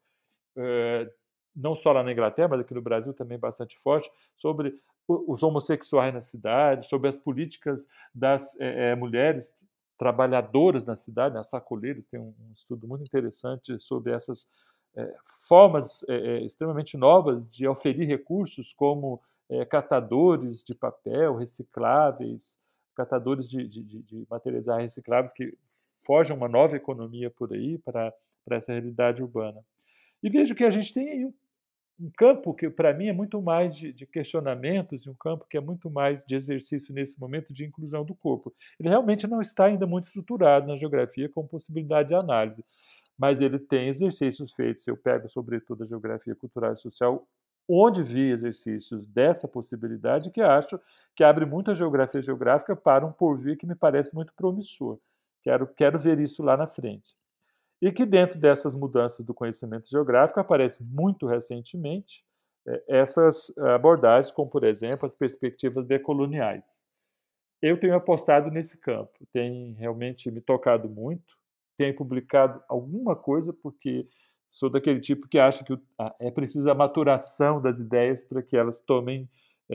eh, não só lá na Inglaterra, mas aqui no Brasil também bastante forte, sobre os homossexuais na cidade, sobre as políticas das eh, eh, mulheres trabalhadoras na cidade, as sacoleiras, tem um, um estudo muito interessante sobre essas eh, formas eh, eh, extremamente novas de oferir recursos como eh, catadores de papel, recicláveis, catadores de, de, de, de materiais recicláveis que foge uma nova economia por aí para, para essa realidade urbana. E vejo que a gente tem aí um, um campo que, para mim, é muito mais de, de questionamentos e um campo que é muito mais de exercício nesse momento de inclusão do corpo. Ele realmente não está ainda muito estruturado na geografia com possibilidade de análise, mas ele tem exercícios feitos. Eu pego, sobretudo, a geografia cultural e social, onde vi exercícios dessa possibilidade que acho que abre muito a geografia geográfica para um porvir que me parece muito promissor. Quero, quero ver isso lá na frente. E que dentro dessas mudanças do conhecimento geográfico aparece muito recentemente eh, essas abordagens, como, por exemplo, as perspectivas decoloniais. Eu tenho apostado nesse campo, tem realmente me tocado muito, tenho publicado alguma coisa, porque sou daquele tipo que acha que é preciso a maturação das ideias para que elas tomem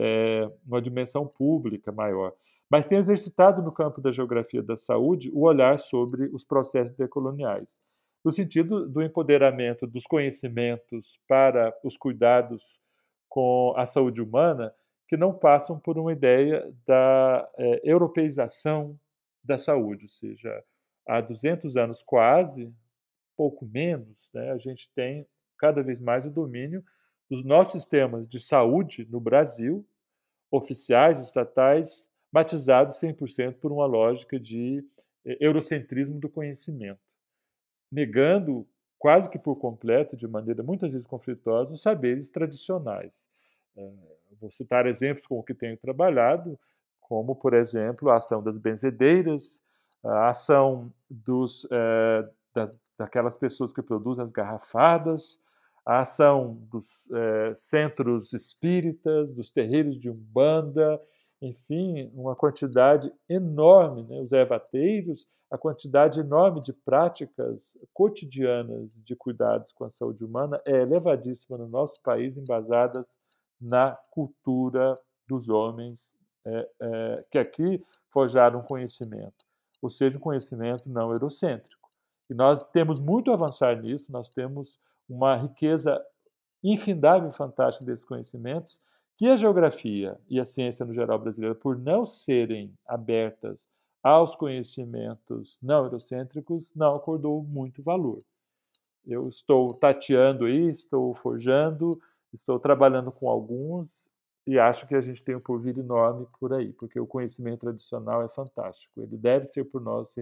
é, uma dimensão pública maior. Mas tenho exercitado no campo da geografia da saúde o olhar sobre os processos decoloniais, no sentido do empoderamento dos conhecimentos para os cuidados com a saúde humana, que não passam por uma ideia da é, europeização da saúde, ou seja, há duzentos anos quase, pouco menos, né, a gente tem cada vez mais o domínio dos nossos sistemas de saúde no Brasil, oficiais, estatais, batizados cem por cento por uma lógica de eh, eurocentrismo do conhecimento, negando quase que por completo, de maneira muitas vezes conflituosa, os saberes tradicionais. É, vou citar exemplos com o que tenho trabalhado, como, por exemplo, a ação das benzedeiras, a ação dos, eh, das, daquelas pessoas que produzem as garrafadas, a ação dos eh, centros espíritas, dos terreiros de Umbanda, enfim, uma quantidade enorme, né? Os ervateiros, a quantidade enorme de práticas cotidianas de cuidados com a saúde humana é elevadíssima no nosso país, embasadas na cultura dos homens é, é, que aqui forjaram conhecimento, ou seja, um conhecimento não eurocêntrico. E nós temos muito a avançar nisso, nós temos uma riqueza infindável e fantástica desses conhecimentos, que a geografia e a ciência no geral brasileira, por não serem abertas aos conhecimentos não eurocêntricos, não acordou muito valor. Eu estou tateando aí, estou forjando, estou trabalhando com alguns e acho que a gente tem um porvir enorme por aí, porque o conhecimento tradicional é fantástico. Ele deve ser por nós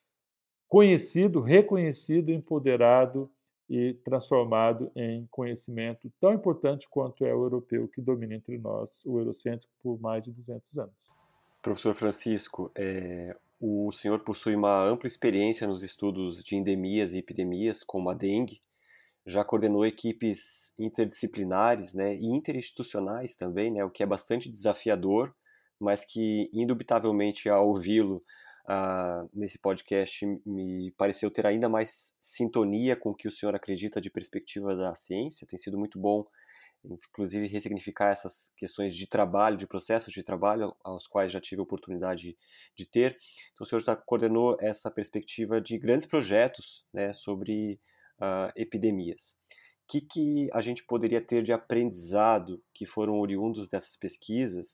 conhecido, reconhecido, empoderado e transformado em conhecimento tão importante quanto é o europeu que domina entre nós, o eurocêntrico, por mais de duzentos anos. Professor Francisco, é, o senhor possui uma ampla experiência nos estudos de endemias e epidemias, como a dengue, já coordenou equipes interdisciplinares, né, e interinstitucionais também, né, o que é bastante desafiador, mas que, indubitavelmente, ao ouvi-lo ah, nesse podcast, me pareceu ter ainda mais sintonia com o que o senhor acredita de perspectiva da ciência. Tem sido muito bom, inclusive, ressignificar essas questões de trabalho, de processos de trabalho, aos quais já tive a oportunidade de ter. Então, o senhor já coordenou essa perspectiva de grandes projetos, né, sobre uh, epidemias. O que, que a gente poderia ter de aprendizado que foram oriundos dessas pesquisas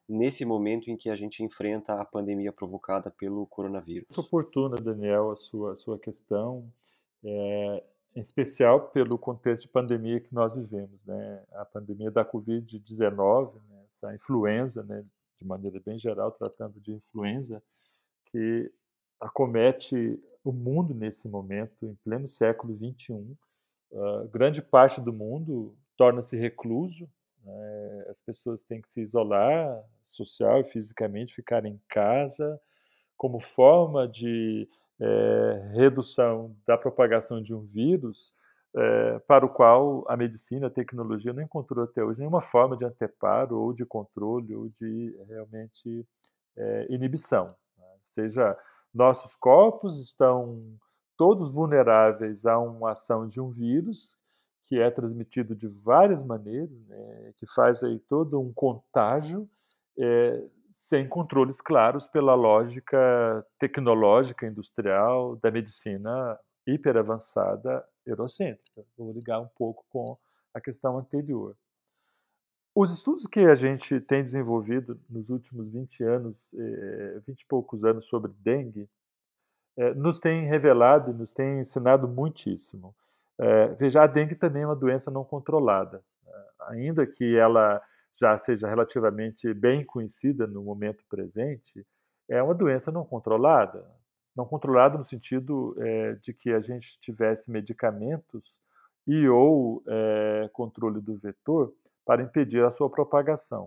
nesse momento em que a gente enfrenta a pandemia provocada pelo Muito coronavírus? oportuna, Daniel, a sua, a sua questão, é, em especial pelo contexto de pandemia que nós vivemos, né? A pandemia da covid dezenove, né? Essa influenza, né? De maneira bem geral, tratando de influenza, que acomete o mundo nesse momento, em pleno século vinte e um. Uh, grande parte do mundo torna-se recluso, né? As pessoas têm que se isolar social e fisicamente, ficar em casa, como forma de é, redução da propagação de um vírus é, para o qual a medicina, a tecnologia não encontrou até hoje nenhuma forma de anteparo ou de controle ou de realmente é, inibição. Né? Ou seja, nossos corpos estão todos vulneráveis a uma ação de um vírus que é transmitido de várias maneiras, né, que faz aí todo um contágio é, sem controles claros pela lógica tecnológica, industrial, da medicina hiperavançada eurocêntrica. Vou ligar um pouco com a questão anterior. Os estudos que a gente tem desenvolvido nos últimos vinte anos, eh, vinte e poucos anos sobre dengue, eh, nos têm revelado e nos têm ensinado muitíssimo. Eh, veja, a dengue também é uma doença não controlada. Ainda que ela já seja relativamente bem conhecida no momento presente, é uma doença não controlada. Não controlada no sentido eh, de que a gente tivesse medicamentos e ou eh, controle do vetor para impedir a sua propagação.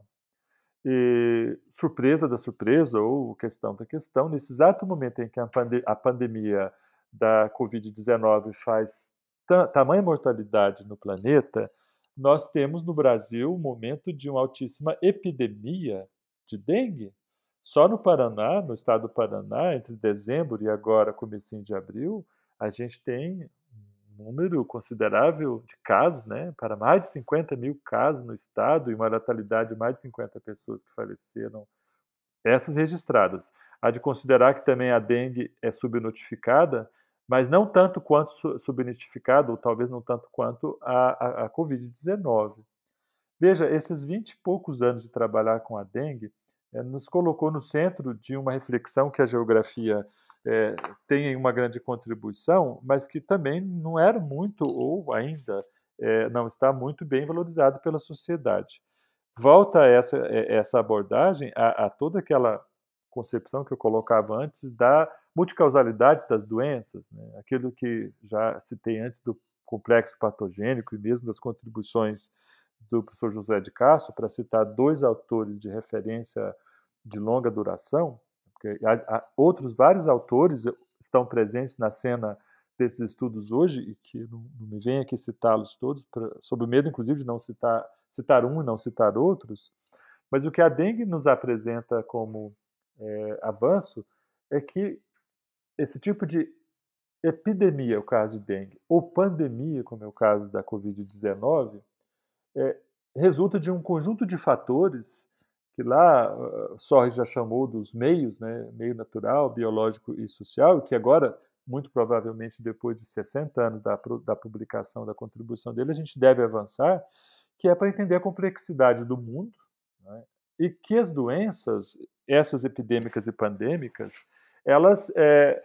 E surpresa da surpresa, ou questão da questão, nesse exato momento em que a, pande a pandemia da covid dezenove faz tamanha mortalidade no planeta, nós temos no Brasil um momento de uma altíssima epidemia de dengue. Só no Paraná, no estado do Paraná, entre dezembro e agora comecinho de abril, a gente tem um número considerável de casos, né, para mais de cinquenta mil casos no estado e uma letalidade de mais de cinquenta pessoas que faleceram, essas registradas. Há de considerar que também a dengue é subnotificada, mas não tanto quanto subnotificada, ou talvez não tanto quanto a, a, a covid dezenove. Veja, esses vinte e poucos anos de trabalhar com a dengue eh, nos colocou no centro de uma reflexão que a geografia eh, tem uma grande contribuição, mas que também não era muito, ou ainda eh, não está muito bem valorizado pela sociedade. Volta essa, essa abordagem a, a toda aquela concepção que eu colocava antes da multicausalidade das doenças, né? Aquilo que já citei antes do complexo patogênico e mesmo das contribuições do professor José de Castro, para citar dois autores de referência de longa duração, porque há, há outros vários autores estão presentes na cena desses estudos hoje, e que não, não me vem aqui citá-los todos, pra, sob o medo, inclusive, de não citar, citar um e não citar outros, mas o que a dengue nos apresenta como é, avanço é que esse tipo de epidemia, o caso de dengue, ou pandemia, como é o caso da covid dezenove, é, resulta de um conjunto de fatores que lá uh, Sorge já chamou dos meios, né, meio natural, biológico e social, que agora, muito provavelmente depois de sessenta anos da, da publicação da contribuição dele, a gente deve avançar, que é para entender a complexidade do mundo, né, e que as doenças, essas epidêmicas e pandêmicas, elas é,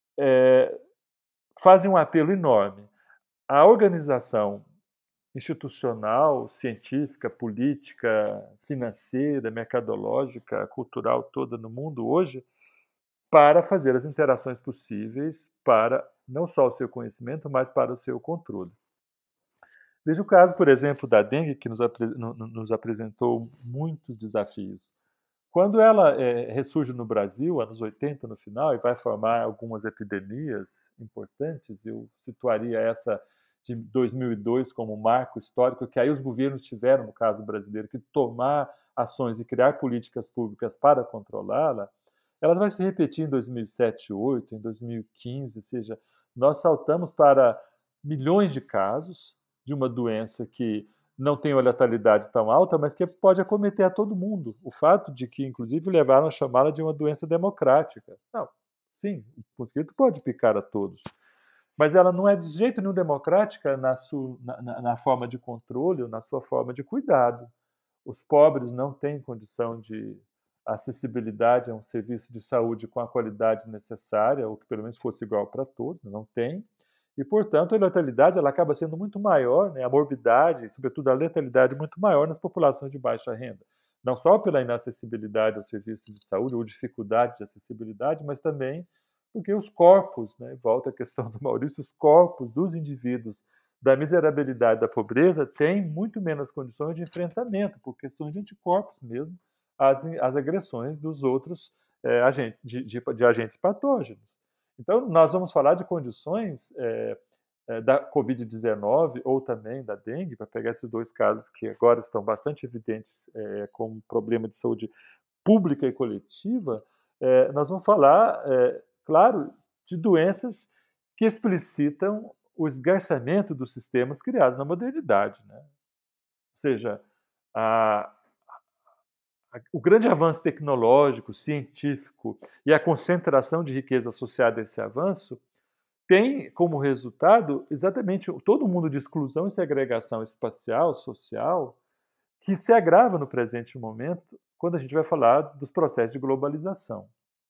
é, fazem um apelo enorme à organização institucional, científica, política, financeira, mercadológica, cultural toda no mundo hoje, para fazer as interações possíveis para não só o seu conhecimento, mas para o seu controle. Veja o caso, por exemplo, da dengue, que nos, apre nos apresentou muitos desafios. Quando ela é, ressurge no Brasil, anos oitenta no final, e vai formar algumas epidemias importantes, eu situaria essa de dois mil e dois como um marco histórico, que aí os governos tiveram, no caso brasileiro, que tomar ações e criar políticas públicas para controlá-la. Ela vai se repetir em dois mil e sete, dois mil e oito, em dois mil e quinze, ou seja, nós saltamos para milhões de casos de uma doença que não tem uma letalidade tão alta, mas que pode acometer a todo mundo. O fato de que, inclusive, levaram a chamá-la de uma doença democrática. Não, sim, o mosquito pode picar a todos, mas ela não é de jeito nenhum democrática na, sua, na, na, na forma de controle ou na sua forma de cuidado. os pobres não têm condição de acessibilidade a um serviço de saúde com a qualidade necessária, ou que pelo menos fosse igual para todos, não tem. E, portanto, a letalidade ela acaba sendo muito maior, né? A morbidade, sobretudo a letalidade, muito maior nas populações de baixa renda. Não só pela inacessibilidade ao serviço de saúde ou dificuldade de acessibilidade, mas também porque os corpos, né? Volta à questão do Maurício, os corpos dos indivíduos da miserabilidade, da pobreza, têm muito menos condições de enfrentamento, por questões de anticorpos mesmo, às, às agressões dos outros é, agentes, de, de, de agentes patógenos. Então, nós vamos falar de condições é, é, da covid dezenove ou também da dengue, para pegar esses dois casos que agora estão bastante evidentes é, como problema de saúde pública e coletiva, é, nós vamos falar, é, claro, de doenças que explicitam o esgarçamento dos sistemas criados na modernidade, né? Ou seja, a, a, o grande avanço tecnológico, científico e a concentração de riqueza associada a esse avanço tem como resultado exatamente todo o mundo de exclusão e segregação espacial, social, que se agrava no presente momento quando a gente vai falar dos processos de globalização.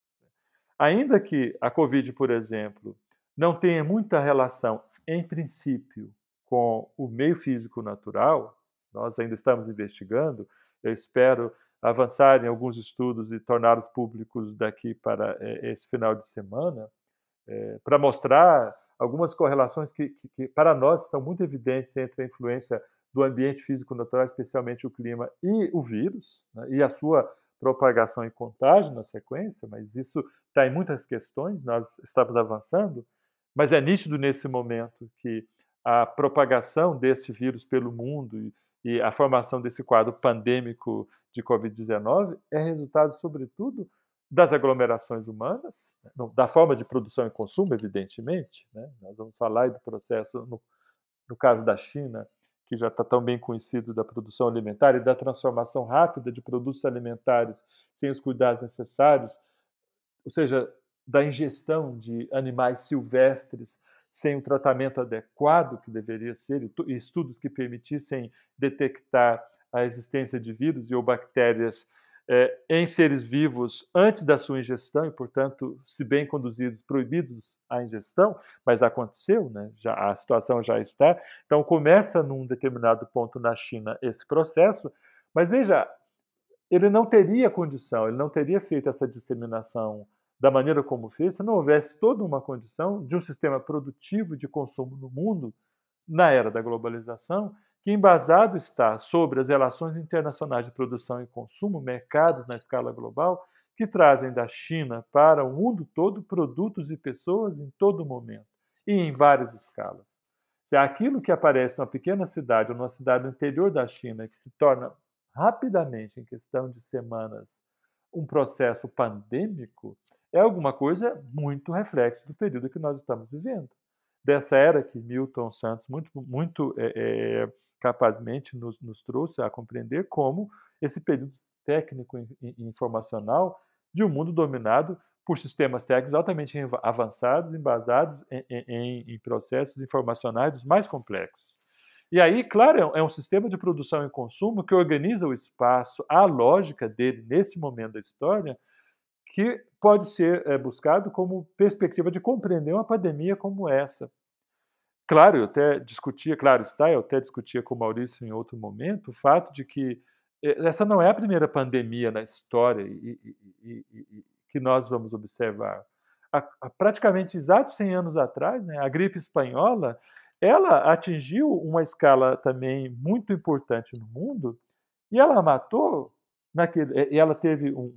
Ainda que a Covid, por exemplo, não tenha muita relação, em princípio, com o meio físico natural, nós ainda estamos investigando, eu espero avançar em alguns estudos e torná-los públicos daqui para é, esse final de semana, é, para mostrar algumas correlações que, que, que, para nós, são muito evidentes entre a influência do ambiente físico-natural, especialmente o clima, e o vírus, né, e a sua propagação e contágio na sequência, mas isso está em muitas questões, nós estamos avançando, mas é nítido nesse momento que a propagação desse vírus pelo mundo e, e a formação desse quadro pandêmico de covid dezenove é resultado, sobretudo, das aglomerações humanas, da forma de produção e consumo, evidentemente, né? Nós vamos falar do processo, no, no caso da China, que já está tão bem conhecido da produção alimentar e da transformação rápida de produtos alimentares sem os cuidados necessários, ou seja, da ingestão de animais silvestres sem o tratamento adequado que deveria ser, e estudos que permitissem detectar a existência de vírus e ou bactérias é, em seres vivos antes da sua ingestão e, portanto, se bem conduzidos, proibidos a ingestão, mas aconteceu, né? Já, a situação já está. Então, começa num determinado ponto na China esse processo, mas veja, ele não teria condição, ele não teria feito essa disseminação da maneira como fez se não houvesse toda uma condição de um sistema produtivo de consumo no mundo, na era da globalização, que embasado está sobre as relações internacionais de produção e consumo, mercados na escala global, que trazem da China para o mundo todo produtos e pessoas em todo momento e em várias escalas. Se aquilo que aparece numa pequena cidade ou numa cidade no interior da China, que se torna rapidamente, em questão de semanas, um processo pandêmico, é alguma coisa muito reflexo do período que nós estamos vivendo. Dessa era que Milton Santos muito, muito é, é, capazmente nos, nos trouxe a compreender como esse período técnico e informacional de um mundo dominado por sistemas técnicos altamente avançados, embasados em, em, em processos informacionais dos mais complexos. E aí, claro, é um sistema de produção e consumo que organiza o espaço, a lógica dele nesse momento da história, que pode ser é, buscado como perspectiva de compreender uma pandemia como essa. Claro, eu até discutia, claro está, eu até discutia com o Maurício em outro momento, o fato de que essa não é a primeira pandemia na história e, e, e, e que nós vamos observar. Há, há praticamente exatos cem anos atrás, né, a gripe espanhola, ela atingiu uma escala também muito importante no mundo e ela matou, naquele, e ela teve um,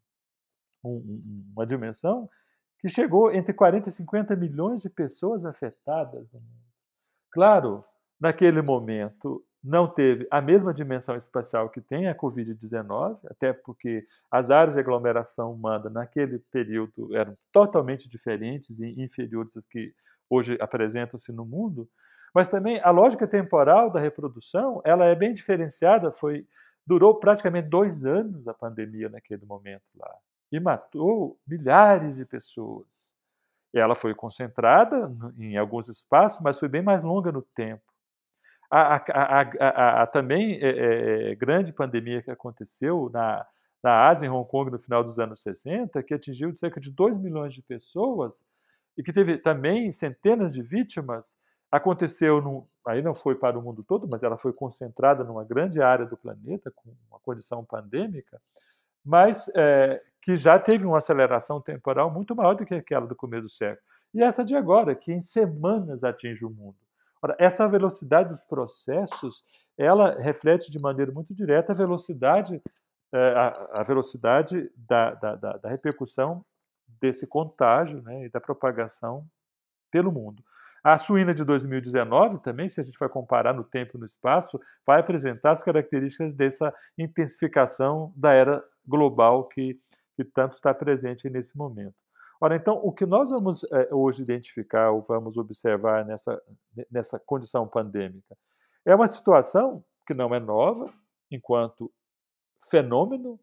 um, uma dimensão que chegou entre quarenta e cinquenta milhões de pessoas afetadas no mundo. Claro, naquele momento não teve a mesma dimensão espacial que tem a covid dezenove, até porque as áreas de aglomeração humana naquele período eram totalmente diferentes e inferiores às que hoje apresentam-se no mundo, mas também a lógica temporal da reprodução ela é bem diferenciada, foi, durou praticamente dois anos a pandemia naquele momento lá, e matou milhares de pessoas. Ela foi concentrada em alguns espaços, mas foi bem mais longa no tempo. A, a, a, a, a também é, é, grande pandemia que aconteceu na, na Ásia, em Hong Kong, no final dos anos sessenta, que atingiu cerca de dois milhões de pessoas e que teve também centenas de vítimas, aconteceu, no, aí não foi para o mundo todo, mas ela foi concentrada numa grande área do planeta, com uma condição pandêmica, mas é, que já teve uma aceleração temporal muito maior do que aquela do começo do século. E essa de agora, que em semanas atinge o mundo. Ora, essa velocidade dos processos, ela reflete de maneira muito direta a velocidade, é, a, a velocidade da, da, da, da repercussão desse contágio, né, e da propagação pelo mundo. A suína de dois mil e dezenove também, se a gente vai comparar no tempo e no espaço, vai apresentar as características dessa intensificação da era global que, que tanto está presente nesse momento. Ora, então, o que nós vamos é, hoje identificar ou vamos observar nessa, nessa condição pandêmica é uma situação que não é nova enquanto fenômeno,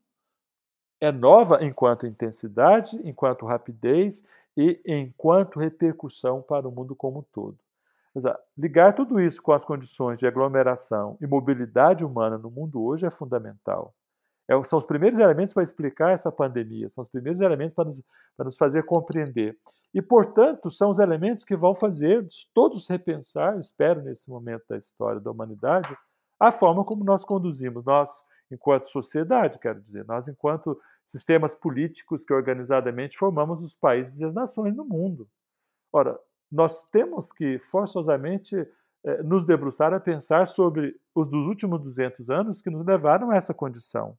é nova enquanto intensidade, enquanto rapidez e enquanto repercussão para o mundo como um todo. Dizer, ligar tudo isso com as condições de aglomeração e mobilidade humana no mundo hoje é fundamental. É, são os primeiros elementos para explicar essa pandemia, são os primeiros elementos para nos, para nos fazer compreender. E, portanto, são os elementos que vão fazer todos repensar, espero, nesse momento da história da humanidade, a forma como nós conduzimos, nós, enquanto sociedade, quero dizer, nós, enquanto sistemas políticos que organizadamente formamos os países e as nações no mundo. Ora, nós temos que, forçosamente, eh, nos debruçar a pensar sobre os dos últimos duzentos anos que nos levaram a essa condição.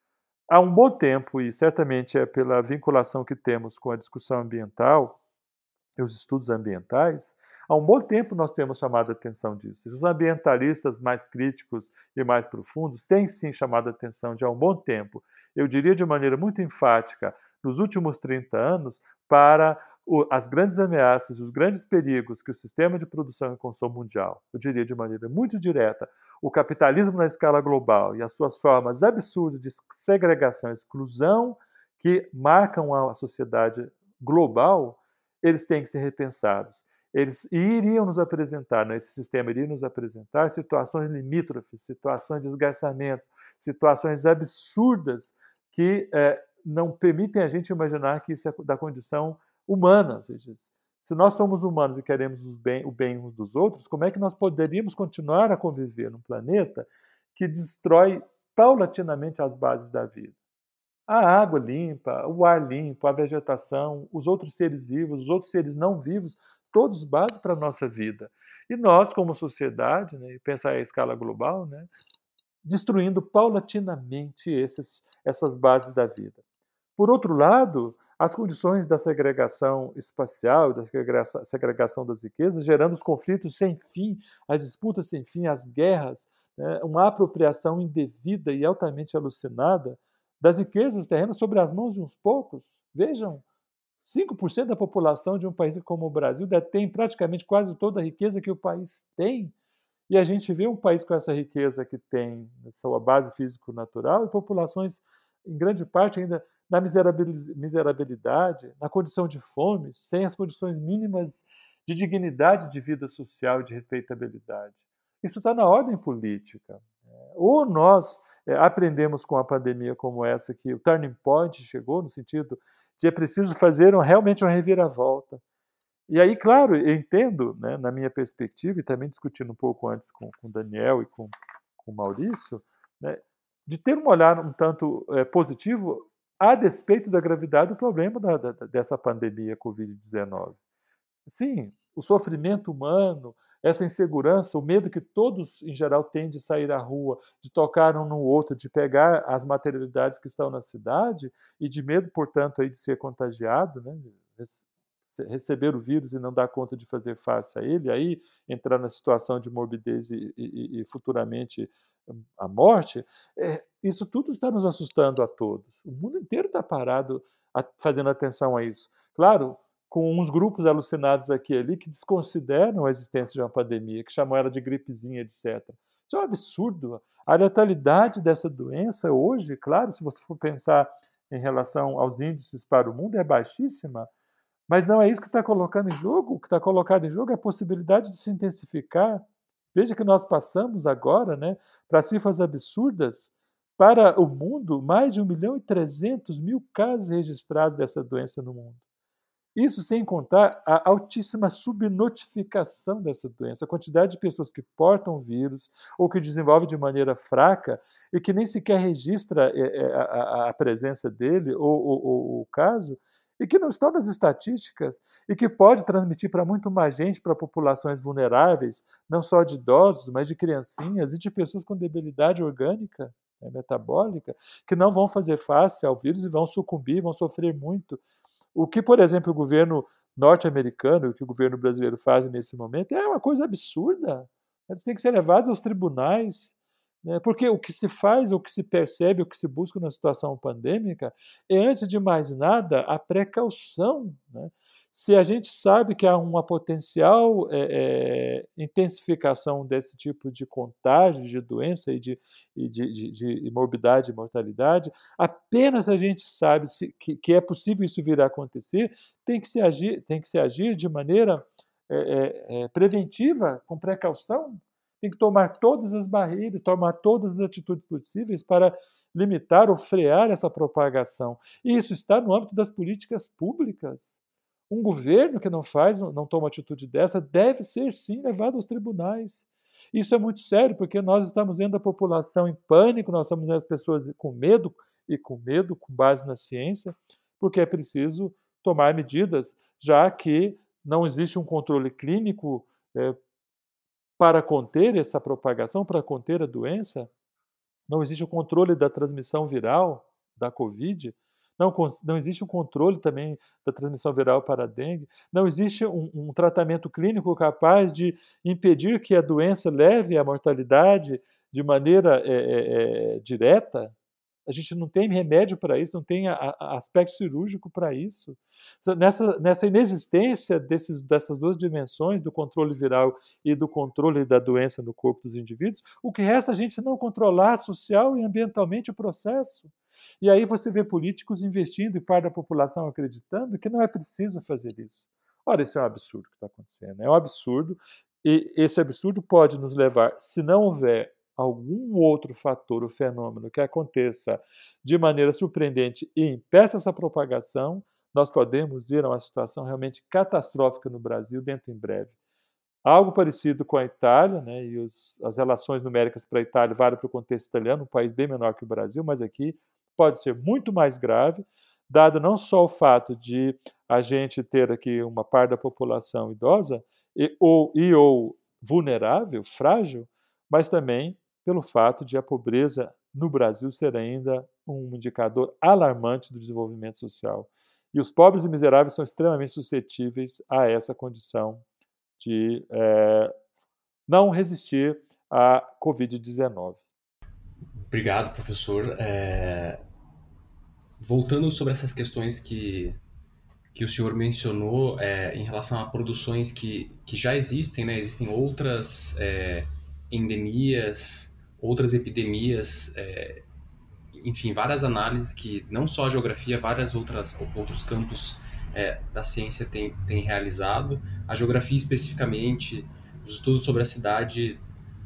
Há um bom tempo, e certamente é pela vinculação que temos com a discussão ambiental e os estudos ambientais, há um bom tempo nós temos chamado a atenção disso. Os ambientalistas mais críticos e mais profundos têm sim chamado a atenção de há um bom tempo, eu diria de maneira muito enfática, nos últimos trinta anos, para o, as grandes ameaças, os grandes perigos que o sistema de produção e consumo mundial, eu diria de maneira muito direta, o capitalismo na escala global e as suas formas absurdas de segregação e exclusão que marcam a sociedade global, eles têm que ser repensados. Eles iriam nos apresentar, né, esse sistema iria nos apresentar situações limítrofes, situações de esgarçamento, situações absurdas que é, não permitem a gente imaginar que isso é da condição humana. Ou seja, se nós somos humanos e queremos o bem, o bem uns dos outros, como é que nós poderíamos continuar a conviver num planeta que destrói paulatinamente as bases da vida? A água limpa, o ar limpo, a vegetação, os outros seres vivos, os outros seres não vivos, todos base para a nossa vida. E nós, como sociedade, né, e pensar a escala global, né, destruindo paulatinamente esses, essas bases da vida. Por outro lado, as condições da segregação espacial, da segregação das riquezas, gerando os conflitos sem fim, as disputas sem fim, as guerras, né, uma apropriação indevida e altamente alucinada das riquezas terrenas sobre as mãos de uns poucos. Vejam, cinco por cento da população de um país como o Brasil detém praticamente quase toda a riqueza que o país tem. E a gente vê um país com essa riqueza que tem na sua base físico-natural e populações, em grande parte, ainda na miserabilidade, na condição de fome, sem as condições mínimas de dignidade de vida social e de respeitabilidade. Isso está na ordem política. Ou nós é, aprendemos com a pandemia como essa que o turning point chegou, no sentido de é preciso fazer um, realmente uma reviravolta. E aí, claro, eu entendo, né, na minha perspectiva, e também discutindo um pouco antes com o Daniel e com, com o Maurício, né, de ter um olhar um tanto é, positivo a despeito da gravidade do problema da, da, dessa pandemia covid dezenove. Sim, o sofrimento humano, essa insegurança, o medo que todos, em geral, têm de sair à rua, de tocar um no outro, de pegar as materialidades que estão na cidade e de medo, portanto, aí de ser contagiado, né? Receber o vírus e não dar conta de fazer face a ele, aí entrar na situação de morbidez e, e, e futuramente a morte, é, isso tudo está nos assustando a todos. O mundo inteiro está parado a, fazendo atenção a isso. Claro, com uns grupos alucinados aqui e ali que desconsideram a existência de uma pandemia, que chamam ela de gripezinha, etcétera. Isso é um absurdo. A letalidade dessa doença hoje, claro, se você for pensar em relação aos índices para o mundo, é baixíssima, mas não é isso que está colocando em jogo. O que está colocado em jogo é a possibilidade de se intensificar Veja que nós passamos agora, né, para cifras absurdas, para o mundo, mais de um milhão e trezentos mil casos registrados dessa doença no mundo. Isso sem contar a altíssima subnotificação dessa doença, a quantidade de pessoas que portam o vírus ou que desenvolvem de maneira fraca e que nem sequer registra a, presença dele ou, ou, ou o caso, e que não estão nas estatísticas e que pode transmitir para muito mais gente, para populações vulneráveis, não só de idosos, mas de criancinhas e de pessoas com debilidade orgânica, né, metabólica, que não vão fazer face ao vírus e vão sucumbir, vão sofrer muito. O que, por exemplo, o governo norte-americano, o que o governo brasileiro faz nesse momento, é uma coisa absurda. Eles têm que ser levados aos tribunais, né? Porque o que se faz, o que se percebe, o que se busca na situação pandêmica é, antes de mais nada, a precaução, né? Se a gente sabe que há uma potencial é, é, intensificação desse tipo de contágio, de doença e de, e de, de, de morbidade e mortalidade, apenas a gente sabe se, que, que é possível isso vir a acontecer, tem que se agir, tem que se agir de maneira é, é, é, preventiva, com precaução, tem que tomar todas as barreiras, tomar todas as atitudes possíveis para limitar ou frear essa propagação. E isso está no âmbito das políticas públicas. Um governo que não faz, não toma atitude dessa, deve ser sim levado aos tribunais. Isso é muito sério, porque nós estamos vendo a população em pânico, nós estamos vendo as pessoas com medo, e com medo, com base na ciência, porque é preciso tomar medidas, já que não existe um controle clínico é, para conter essa propagação, para conter a doença, não existe o controle da transmissão viral da Covid, não, não existe um controle também da transmissão viral para a dengue, não existe um, um tratamento clínico capaz de impedir que a doença leve à mortalidade de maneira é, é, é, direta. A gente não tem remédio para isso, não tem a, a aspecto cirúrgico para isso. Nessa, nessa inexistência desses, dessas duas dimensões, do controle viral e do controle da doença no corpo dos indivíduos, o que resta a gente não controlar social e ambientalmente o processo. E aí você vê políticos investindo e parte da população acreditando que não é preciso fazer isso. Ora, isso é um absurdo que está acontecendo. É um absurdo, e esse absurdo pode nos levar, se não houver algum outro fator ou fenômeno que aconteça de maneira surpreendente e impeça essa propagação, nós podemos ir a uma situação realmente catastrófica no Brasil dentro em breve. Algo parecido com a Itália, né, e os, as relações numéricas para a Itália valem para o contexto italiano, um país bem menor que o Brasil, mas aqui pode ser muito mais grave, dado não só o fato de a gente ter aqui uma parte da população idosa e ou, e, ou vulnerável, frágil, mas também pelo fato de a pobreza no Brasil ser ainda um indicador alarmante do desenvolvimento social. E os pobres e miseráveis são extremamente suscetíveis a essa condição de é, não resistir à covid dezenove. Obrigado, professor. É... Voltando sobre essas questões que, que o senhor mencionou é, em relação a produções que, que já existem, né? Existem outras é, endemias, outras epidemias, é, enfim, várias análises que não só a geografia, várias outras outros campos é, da ciência têm tem realizado. A geografia especificamente, os estudos sobre a cidade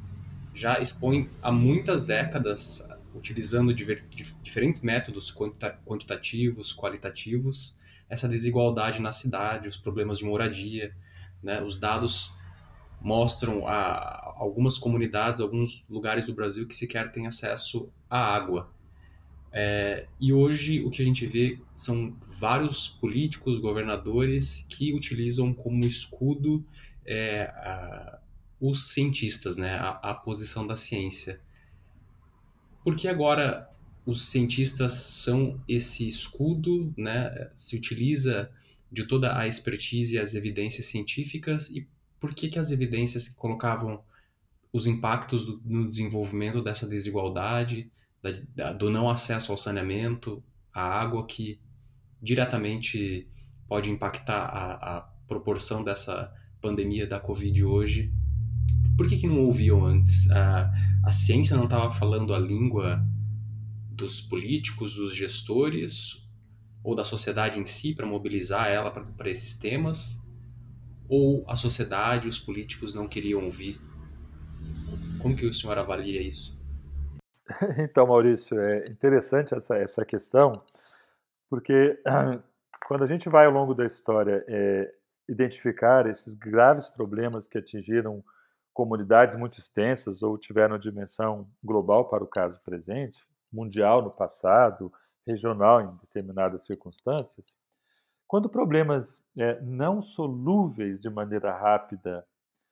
já expõem há muitas décadas, utilizando diver, diferentes métodos quantitativos, qualitativos, essa desigualdade na cidade, os problemas de moradia, né? Os dados mostram a, algumas comunidades, alguns lugares do Brasil que sequer têm acesso à água. É, e hoje o que a gente vê são vários políticos, governadores que utilizam como escudo é, a, os cientistas, né, a, a posição da ciência. Por que agora os cientistas são esse escudo, né, se utiliza de toda a expertise e as evidências científicas, e por que, que as evidências que colocavam os impactos do, no desenvolvimento dessa desigualdade, da, da, do não acesso ao saneamento, à água, que diretamente pode impactar a, a proporção dessa pandemia da Covid hoje. Por que, que não ouviam antes? A, a ciência não estava falando a língua dos políticos, dos gestores, ou da sociedade em si, para mobilizar ela para esses temas? Ou a sociedade, os políticos não queriam ouvir? Como que o senhor avalia isso? Então, Maurício, é interessante essa, essa questão, porque quando a gente vai ao longo da história é, identificar esses graves problemas que atingiram comunidades muito extensas ou tiveram dimensão global para o caso presente, mundial no passado, regional em determinadas circunstâncias, quando problemas é, não solúveis de maneira rápida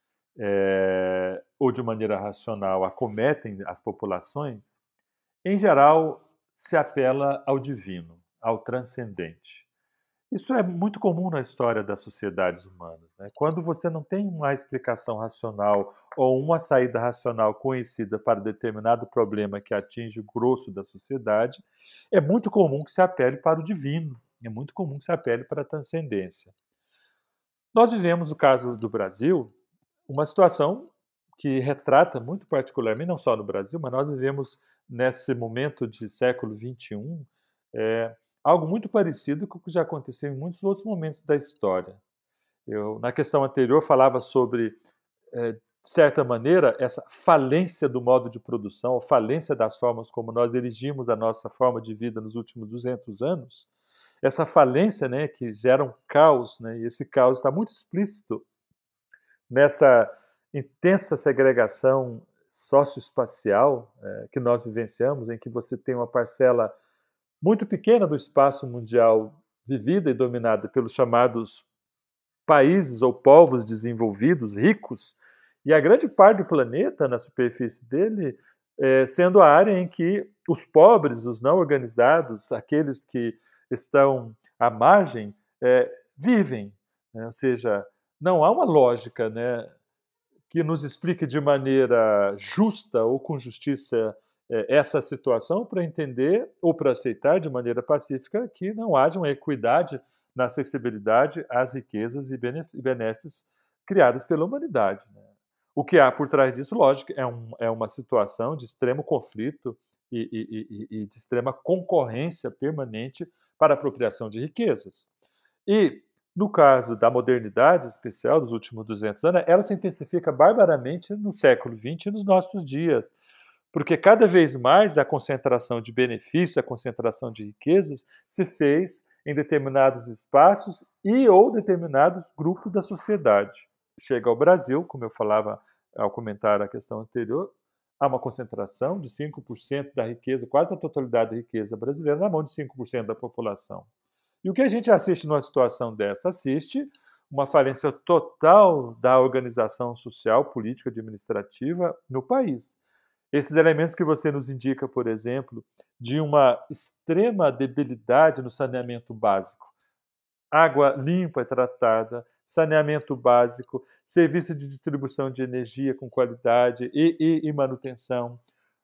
é, ou de maneira racional acometem as populações, em geral, se apela ao divino, ao transcendente. Isso é muito comum na história das sociedades humanas, né? Quando você não tem uma explicação racional ou uma saída racional conhecida para determinado problema que atinge o grosso da sociedade, é muito comum que se apele para o divino, é muito comum que se apele para a transcendência. Nós vivemos, no caso do Brasil, uma situação que retrata muito particularmente, não só no Brasil, mas nós vivemos nesse momento de século vinte e um, é, algo muito parecido com o que já aconteceu em muitos outros momentos da história. Eu, na questão anterior, falava sobre, é, de certa maneira, essa falência do modo de produção, a falência das formas como nós erigimos a nossa forma de vida nos últimos duzentos anos, essa falência, né, que gera um caos, né, e esse caos está muito explícito nessa intensa segregação socioespacial é, que nós vivenciamos, em que você tem uma parcela muito pequena do espaço mundial vivida e dominada pelos chamados países ou povos desenvolvidos, ricos, e a grande parte do planeta, na superfície dele, é, sendo a área em que os pobres, os não organizados, aqueles que estão à margem, é, vivem. Né? Ou seja, não há uma lógica, né, que nos explique de maneira justa ou com justiça é, essa situação para entender ou para aceitar de maneira pacífica que não haja uma equidade na acessibilidade às riquezas e benesses criadas pela humanidade. Né? O que há por trás disso, lógico, é, um, é uma situação de extremo conflito e, e, e, e de extrema concorrência permanente para a apropriação de riquezas. E no caso da modernidade especial dos últimos duzentos anos, ela se intensifica barbaramente no século vinte e nos nossos dias, porque cada vez mais a concentração de benefícios, a concentração de riquezas se fez em determinados espaços e ou determinados grupos da sociedade. Chega ao Brasil, como eu falava ao comentar a questão anterior, há uma concentração de cinco por cento da riqueza, quase a totalidade da riqueza brasileira, na mão de cinco por cento da população. E o que a gente assiste numa situação dessa? Assiste uma falência total da organização social, política, administrativa no país. Esses elementos que você nos indica, por exemplo, de uma extrema debilidade no saneamento básico. Água limpa e tratada, saneamento básico, serviço de distribuição de energia com qualidade e, e, e manutenção,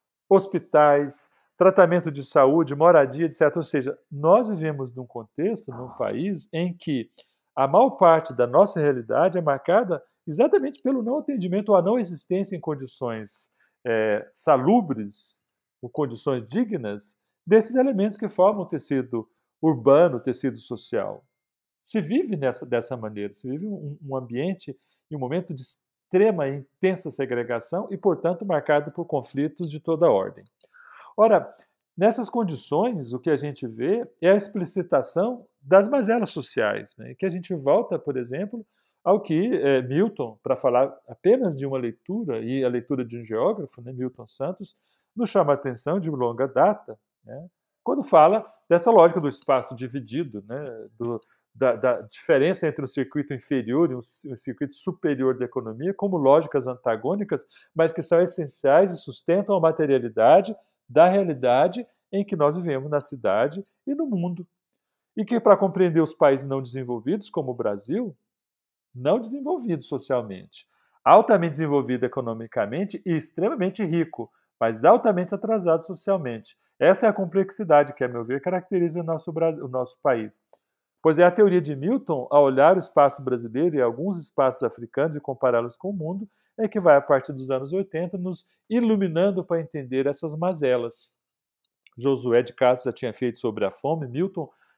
hospitais, tratamento de saúde, moradia, etcétera. Ou seja, nós vivemos num contexto, num país, em que a maior parte da nossa realidade é marcada exatamente pelo não atendimento ou a não existência em condições é, salubres, ou condições dignas, desses elementos que formam o tecido urbano, o tecido social. Se vive nessa, dessa maneira, se vive um, um ambiente e um momento de extrema e intensa segregação e, portanto, marcado por conflitos de toda ordem. Ora, nessas condições, o que a gente vê é a explicitação das mazelas sociais, né? Que a gente volta, por exemplo, ao que é, Milton, para falar apenas de uma leitura, e a leitura de um geógrafo, né, Milton Santos, nos chama a atenção de longa data, né, quando fala dessa lógica do espaço dividido, né, do, da, da diferença entre um circuito inferior e um, um circuito superior da economia, como lógicas antagônicas, mas que são essenciais e sustentam a materialidade da realidade em que nós vivemos na cidade e no mundo. E que, para compreender os países não desenvolvidos, como o Brasil, não desenvolvido socialmente, altamente desenvolvido economicamente e extremamente rico, mas altamente atrasado socialmente. Essa é a complexidade que, a meu ver, caracteriza o nosso, Brasil, o nosso país. Pois é a teoria de Milton, ao olhar o espaço brasileiro e alguns espaços africanos e compará-los com o mundo, é que vai, a partir dos anos oitenta, nos iluminando para entender essas mazelas. Josué de Castro já tinha feito sobre a fome, Milton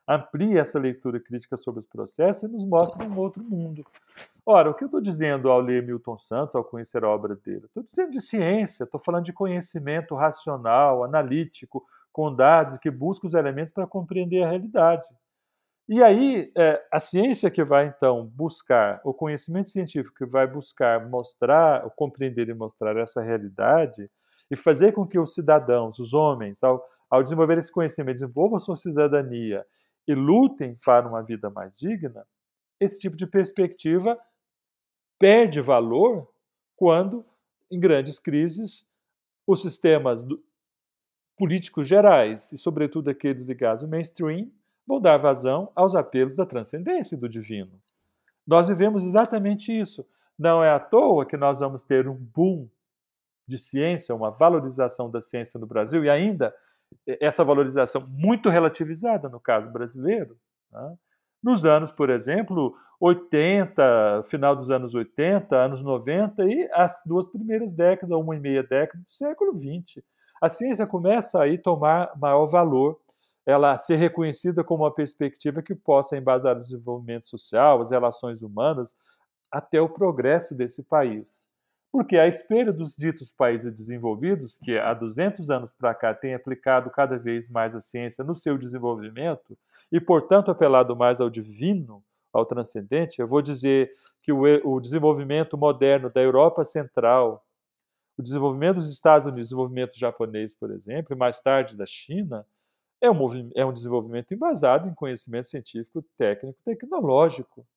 amplia essa leitura crítica sobre os processos e nos mostra um outro mundo. Ora, o que eu estou dizendo ao ler Milton Santos, ao conhecer a obra dele? Estou dizendo de ciência, estou falando de conhecimento racional, analítico, com dados, que busca os elementos para compreender a realidade. E aí, é, a ciência que vai, então, buscar, o conhecimento científico que vai buscar mostrar, compreender e mostrar essa realidade e fazer com que os cidadãos, os homens, ao, ao desenvolver esse conhecimento, desenvolvam sua cidadania e lutem para uma vida mais digna, esse tipo de perspectiva perde valor quando, em grandes crises, os sistemas do, políticos gerais, e sobretudo aqueles ligados ao mainstream, vão dar vazão aos apelos da transcendência e do divino. Nós vivemos exatamente isso. Não é à toa que nós vamos ter um boom de ciência, uma valorização da ciência no Brasil, e ainda essa valorização muito relativizada no caso brasileiro, né? Nos anos, por exemplo, oitenta, final dos anos oitenta, anos noventa e as duas primeiras décadas, uma e meia década do século vinte. A ciência começa aí a tomar maior valor, ela ser reconhecida como uma perspectiva que possa embasar o desenvolvimento social, as relações humanas, até o progresso desse país. Porque, à espera dos ditos países desenvolvidos, que há duzentos anos para cá têm aplicado cada vez mais a ciência no seu desenvolvimento e, portanto, apelado mais ao divino, ao transcendente, eu vou dizer que o, o desenvolvimento moderno da Europa Central, o desenvolvimento dos Estados Unidos, o desenvolvimento japonês, por exemplo, e mais tarde da China, é um, é um desenvolvimento embasado em conhecimento científico, técnico, tecnológico.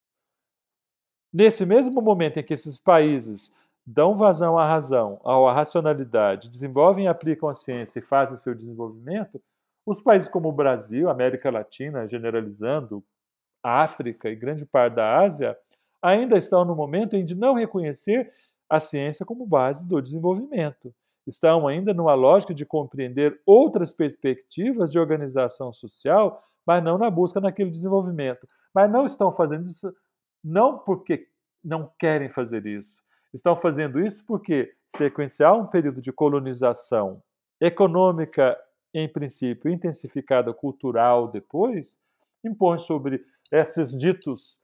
Nesse mesmo momento em que esses países dão vazão à razão, à racionalidade, desenvolvem e aplicam a ciência e fazem o seu desenvolvimento, os países como o Brasil, América Latina, generalizando, a África e grande parte da Ásia, ainda estão no momento em de não reconhecer a ciência como base do desenvolvimento. Estão ainda numa lógica de compreender outras perspectivas de organização social, mas não na busca naquele desenvolvimento. Mas não estão fazendo isso não porque não querem fazer isso. Estão fazendo isso porque sequenciar um período de colonização econômica, em princípio, intensificada cultural depois, impõe sobre esses ditos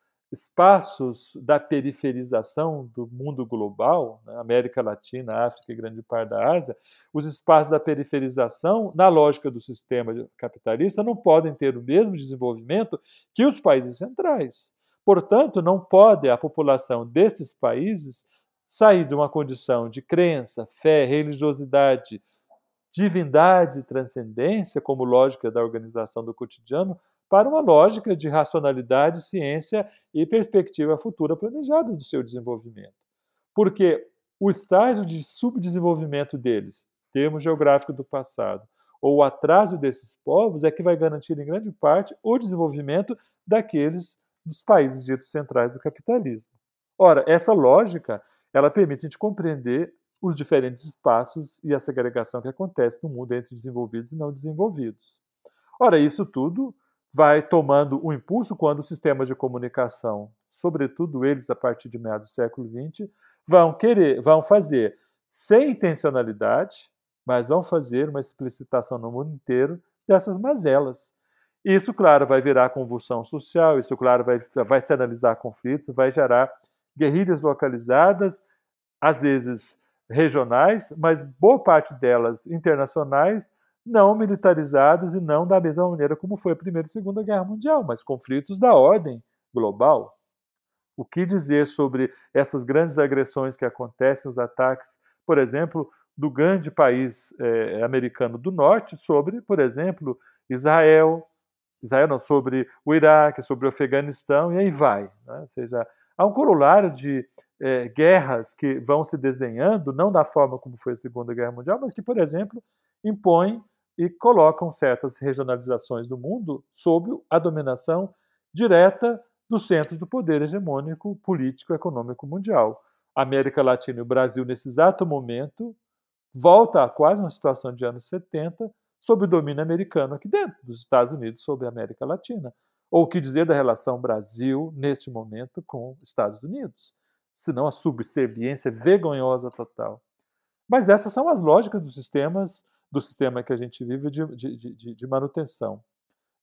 espaços da periferização do mundo global, né, América Latina, África e grande parte da Ásia, os espaços da periferização, na lógica do sistema capitalista, não podem ter o mesmo desenvolvimento que os países centrais. Portanto, não pode a população destes países sair de uma condição de crença, fé, religiosidade, divindade e transcendência, como lógica da organização do cotidiano, para uma lógica de racionalidade, ciência e perspectiva futura planejada do seu desenvolvimento. Porque o estágio de subdesenvolvimento deles, termo geográfico do passado, ou o atraso desses povos é que vai garantir, em grande parte, o desenvolvimento daqueles dos países ditos centrais do capitalismo. Ora, essa lógica, ela permite a gente compreender os diferentes espaços e a segregação que acontece no mundo entre desenvolvidos e não desenvolvidos. Ora, isso tudo vai tomando um impulso quando os sistemas de comunicação, sobretudo eles a partir de meados do século vinte, vão querer, vão fazer sem intencionalidade, mas vão fazer uma explicitação no mundo inteiro dessas mazelas. Isso, claro, vai virar convulsão social, isso, claro, vai, vai se analisar conflitos, vai gerar guerrilhas localizadas, às vezes regionais, mas boa parte delas internacionais, não militarizadas e não da mesma maneira como foi a Primeira e Segunda Guerra Mundial, mas conflitos da ordem global. O que dizer sobre essas grandes agressões que acontecem, os ataques, por exemplo, do grande país eh, americano do norte sobre, por exemplo, Israel, Israel não, sobre o Iraque, sobre o Afeganistão, e aí vai. Né? Ou seja, há um corolário de eh, guerras que vão se desenhando, não da forma como foi a Segunda Guerra Mundial, mas que, por exemplo, impõem e colocam certas regionalizações do mundo sob a dominação direta dos centros do poder hegemônico político e econômico mundial. A América Latina e o Brasil, nesse exato momento, volta a quase uma situação de anos setenta, sob o domínio americano aqui dentro, dos Estados Unidos sobre a América Latina. Ou o que dizer da relação Brasil, neste momento, com Estados Unidos? Senão a subserviência vergonhosa total. Mas essas são as lógicas dos sistemas, do sistema que a gente vive de, de, de, de manutenção.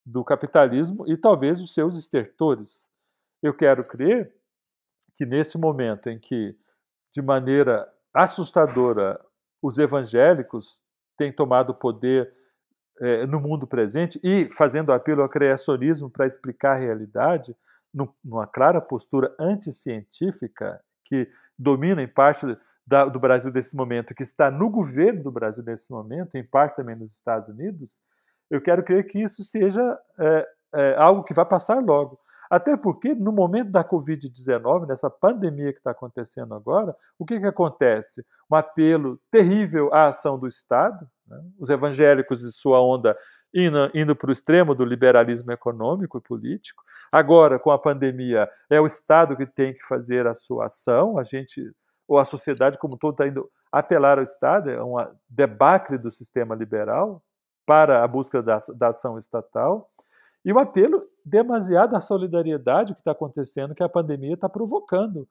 do capitalismo e talvez os seus estertores. Eu quero crer que nesse momento em que, de maneira assustadora, os evangélicos têm tomado poder eh, no mundo presente e fazendo apelo ao criacionismo para explicar a realidade, numa clara postura anticientífica que domina em parte da, do Brasil nesse momento, que está no governo do Brasil nesse momento, em parte também nos Estados Unidos, eu quero crer que isso seja é, é, algo que vai passar logo. Até porque, no momento da covid dezenove, nessa pandemia que está acontecendo agora, o que, que acontece? Um apelo terrível à ação do Estado, né? Os evangélicos, em sua onda, indo, indo para o extremo do liberalismo econômico e político. Agora, com a pandemia, é o Estado que tem que fazer a sua ação, a gente, ou a sociedade como um todo está indo apelar ao Estado, é uma debacle do sistema liberal para a busca da, da ação estatal. E o apelo demasiado à solidariedade que está acontecendo, que a pandemia está provocando.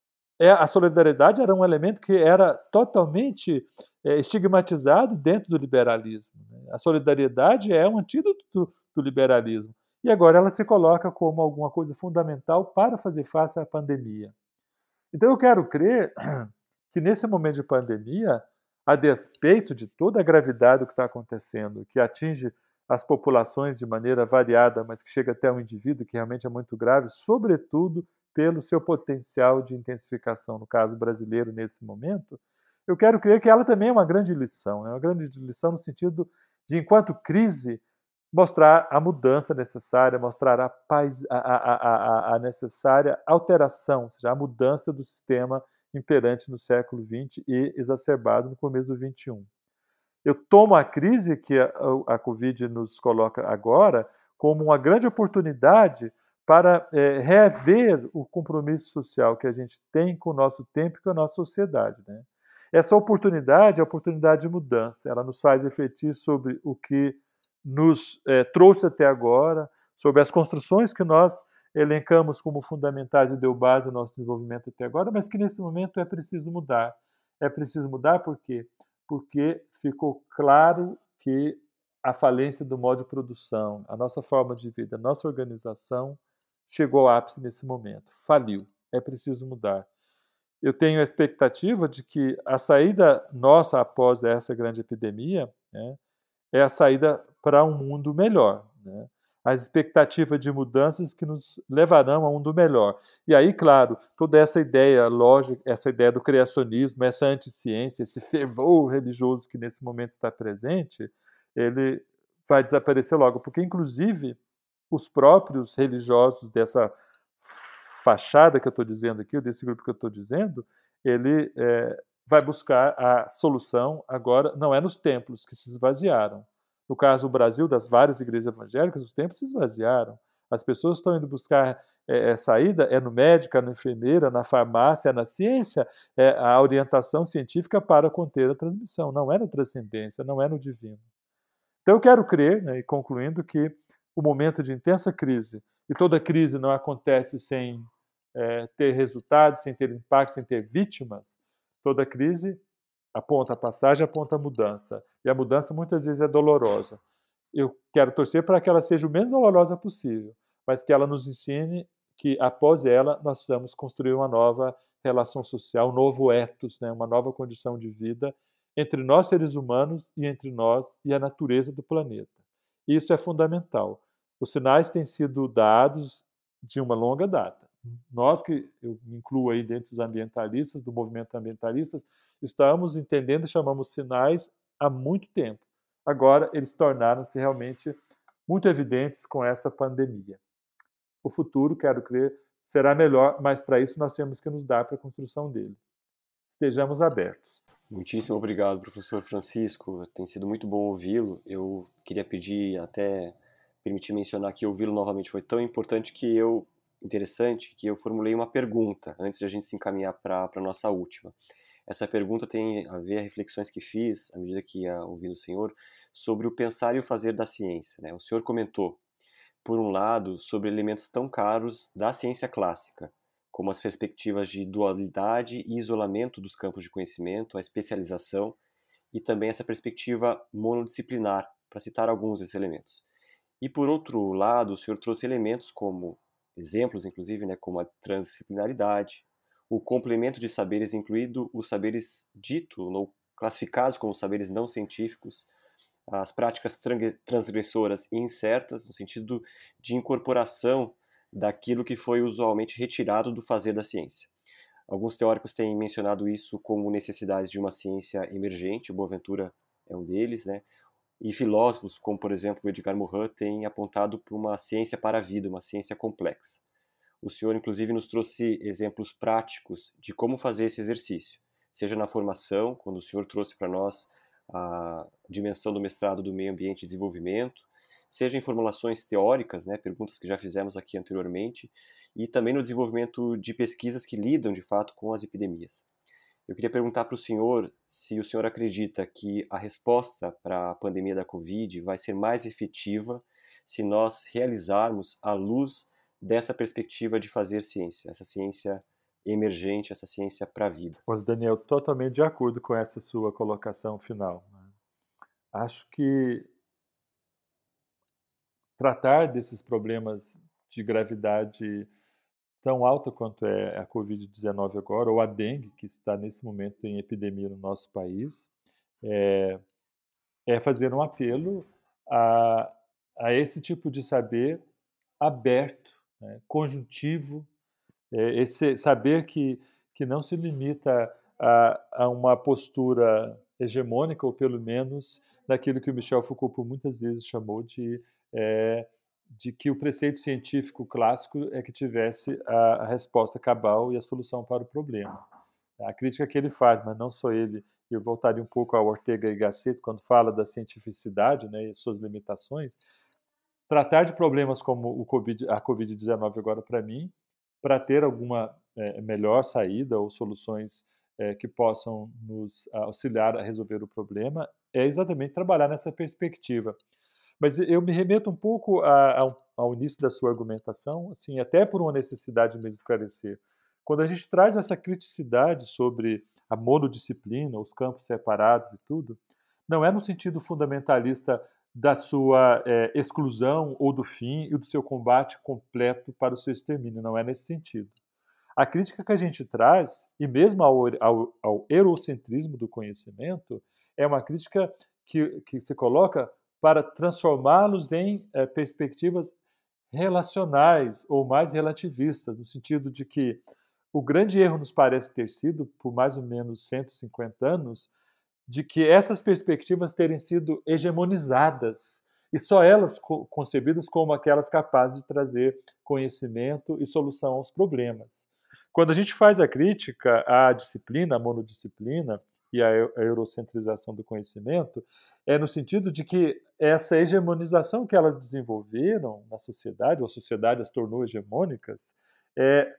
É, a solidariedade era um elemento que era totalmente é, estigmatizado dentro do liberalismo. Né? A solidariedade é um antídoto do, do liberalismo. E agora ela se coloca como alguma coisa fundamental para fazer face à pandemia. Então eu quero crer que nesse momento de pandemia, a despeito de toda a gravidade do que está acontecendo, que atinge as populações de maneira variada, mas que chega até o indivíduo, que realmente é muito grave, sobretudo pelo seu potencial de intensificação, no caso brasileiro, nesse momento, eu quero crer que ela também é uma grande lição, é uma grande lição no sentido de, enquanto crise, mostrar a mudança necessária, mostrar a, paz, a, a, a, a necessária alteração, ou seja, a mudança do sistema imperante no século vinte e exacerbado no começo do vinte e um. Eu tomo a crise que a, a Covid nos coloca agora como uma grande oportunidade para é, rever o compromisso social que a gente tem com o nosso tempo e com a nossa sociedade. Né? Essa oportunidade é a oportunidade de mudança. Ela nos faz refletir sobre o que nos é, trouxe até agora, sobre as construções que nós elencamos como fundamentais e deu base ao nosso desenvolvimento até agora, mas que nesse momento é preciso mudar. É preciso mudar por quê? Porque ficou claro que a falência do modo de produção, a nossa forma de vida, a nossa organização chegou ao ápice nesse momento, faliu. É preciso mudar. Eu tenho a expectativa de que a saída nossa após essa grande epidemia, né, é a saída para um mundo melhor. Né? As expectativas de mudanças que nos levarão a um mundo melhor. E aí, claro, toda essa ideia lógica, essa ideia do criacionismo, essa anticiência, esse fervor religioso que nesse momento está presente, ele vai desaparecer logo, porque, inclusive, os próprios religiosos dessa fachada que eu estou dizendo aqui, desse grupo que eu estou dizendo, ele é, vai buscar a solução agora, não é nos templos que se esvaziaram. No caso do Brasil, das várias igrejas evangélicas, os templos se esvaziaram. As pessoas estão indo buscar é, é, saída, é no médico, é na enfermeira, na farmácia, é na ciência, é a orientação científica para conter a transmissão. Não é na transcendência, não é no divino. Então eu quero crer, né, e concluindo, que o momento de intensa crise, e toda crise não acontece sem é, ter resultados, sem ter impacto, sem ter vítimas, toda crise aponta a passagem, aponta a mudança. E a mudança muitas vezes é dolorosa. Eu quero torcer para que ela seja o menos dolorosa possível, mas que ela nos ensine que, após ela, nós precisamos construir uma nova relação social, um novo ethos, né? Uma nova condição de vida entre nós, seres humanos, e entre nós e a natureza do planeta. Isso é fundamental. Os sinais têm sido dados de uma longa data. Nós, que eu me incluo aí dentro dos ambientalistas, do movimento ambientalistas, estamos entendendo e chamamos sinais há muito tempo. Agora, eles tornaram-se realmente muito evidentes com essa pandemia. O futuro, quero crer, será melhor, mas para isso nós temos que nos dar para a construção dele. Estejamos abertos. Muitíssimo obrigado, professor Francisco. Tem sido muito bom ouvi-lo. Eu queria pedir, até permitir mencionar que ouvi-lo novamente foi tão importante que eu, interessante, que eu formulei uma pergunta antes de a gente se encaminhar para a nossa última. Essa pergunta tem a ver com reflexões que fiz, à medida que ia ouvindo o senhor, sobre o pensar e o fazer da ciência. Né? O senhor comentou, por um lado, sobre elementos tão caros da ciência clássica, como as perspectivas de dualidade e isolamento dos campos de conhecimento, a especialização, e também essa perspectiva monodisciplinar, para citar alguns desses elementos. E por outro lado, o senhor trouxe elementos como exemplos, inclusive, né, como a transdisciplinaridade, o complemento de saberes, incluído os saberes dito ou classificados como saberes não científicos, as práticas transgressoras e incertas, no sentido de incorporação daquilo que foi usualmente retirado do fazer da ciência. Alguns teóricos têm mencionado isso como necessidade de uma ciência emergente, o Boaventura é um deles, né? E filósofos, como por exemplo o Edgar Morin, têm apontado para uma ciência para a vida, uma ciência complexa. O senhor, inclusive, nos trouxe exemplos práticos de como fazer esse exercício, seja na formação, quando o senhor trouxe para nós a dimensão do mestrado do meio ambiente e desenvolvimento, seja em formulações teóricas, né, perguntas que já fizemos aqui anteriormente, e também no desenvolvimento de pesquisas que lidam, de fato, com as epidemias. Eu queria perguntar para o senhor se o senhor acredita que a resposta para a pandemia da Covid vai ser mais efetiva se nós realizarmos à luz dessa perspectiva de fazer ciência, essa ciência emergente, essa ciência para a vida. Olha, Daniel, totalmente de acordo com essa sua colocação final, né? Acho que tratar desses problemas de gravidade tão alta quanto é a covid dezenove agora, ou a dengue, que está nesse momento em epidemia no nosso país, é, é fazer um apelo a, a esse tipo de saber aberto, né, conjuntivo, é, esse saber que, que não se limita a, a uma postura hegemônica, ou pelo menos daquilo que o Michel Foucault por muitas vezes chamou de, é, de que o preceito científico clássico é que tivesse a, a resposta cabal e a solução para o problema. A crítica que ele faz, mas não só ele, eu voltaria um pouco ao Ortega y Gasset, quando fala da cientificidade, né, e suas limitações, tratar de problemas como o COVID, a covid dezenove agora para mim, para ter alguma é, melhor saída ou soluções é, que possam nos auxiliar a resolver o problema, é exatamente trabalhar nessa perspectiva. Mas eu me remeto um pouco a, ao, ao início da sua argumentação, assim, até por uma necessidade mesmo de esclarecer. Quando a gente traz essa criticidade sobre a monodisciplina, os campos separados e tudo, não é no sentido fundamentalista da sua é, exclusão ou do fim e do seu combate completo para o seu extermínio, não é nesse sentido. A crítica que a gente traz, e mesmo ao, ao, ao eurocentrismo do conhecimento, é uma crítica que, que se coloca para transformá-los em é, perspectivas relacionais ou mais relativistas, no sentido de que o grande erro nos parece ter sido, por mais ou menos cento e cinquenta anos, de que essas perspectivas terem sido hegemonizadas e só elas co concebidas como aquelas capazes de trazer conhecimento e solução aos problemas. Quando a gente faz a crítica à disciplina, à monodisciplina e à eurocentrização do conhecimento, é no sentido de que essa hegemonização que elas desenvolveram na sociedade, ou a sociedade as tornou hegemônicas, é,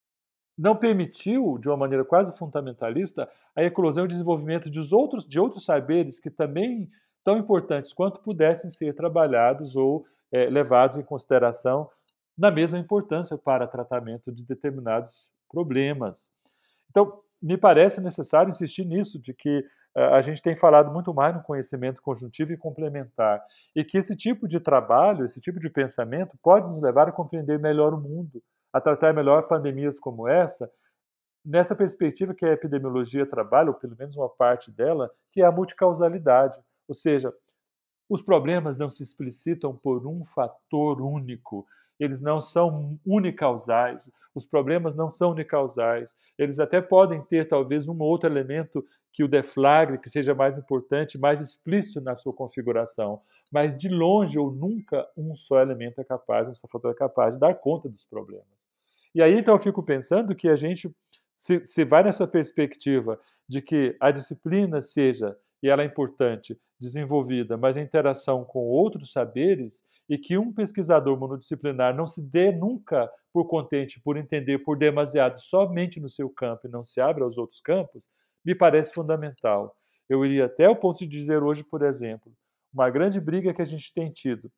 não permitiu, de uma maneira quase fundamentalista, a eclosão e o desenvolvimento de outros, de outros saberes que também tão importantes quanto pudessem ser trabalhados ou é, levados em consideração na mesma importância para tratamento de determinados problemas. Então, me parece necessário insistir nisso, de que uh, a gente tem falado muito mais no conhecimento conjuntivo e complementar, e que esse tipo de trabalho, esse tipo de pensamento pode nos levar a compreender melhor o mundo, a tratar melhor pandemias como essa, nessa perspectiva que a epidemiologia trabalha, ou pelo menos uma parte dela, que é a multicausalidade. Ou seja, os problemas não se explicitam por um fator único, eles não são unicausais, os problemas não são unicausais, eles até podem ter talvez um ou outro elemento que o deflagre, que seja mais importante, mais explícito na sua configuração, mas de longe ou nunca um só elemento é capaz, um só fator é capaz de dar conta dos problemas. E aí então eu fico pensando que a gente se, se vai nessa perspectiva de que a disciplina seja, e ela é importante, desenvolvida, mas a interação com outros saberes, e que um pesquisador monodisciplinar não se dê nunca por contente por entender por demasiado somente no seu campo e não se abra aos outros campos, me parece fundamental. Eu iria até o ponto de dizer hoje, por exemplo, uma grande briga que a gente tem tido,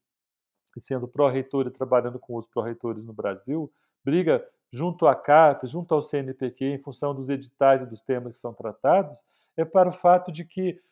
e sendo pró-reitor e trabalhando com os pró-reitores no Brasil, briga junto à CAPES, junto ao C N Pq, em função dos editais e dos temas que são tratados, é para o fato de que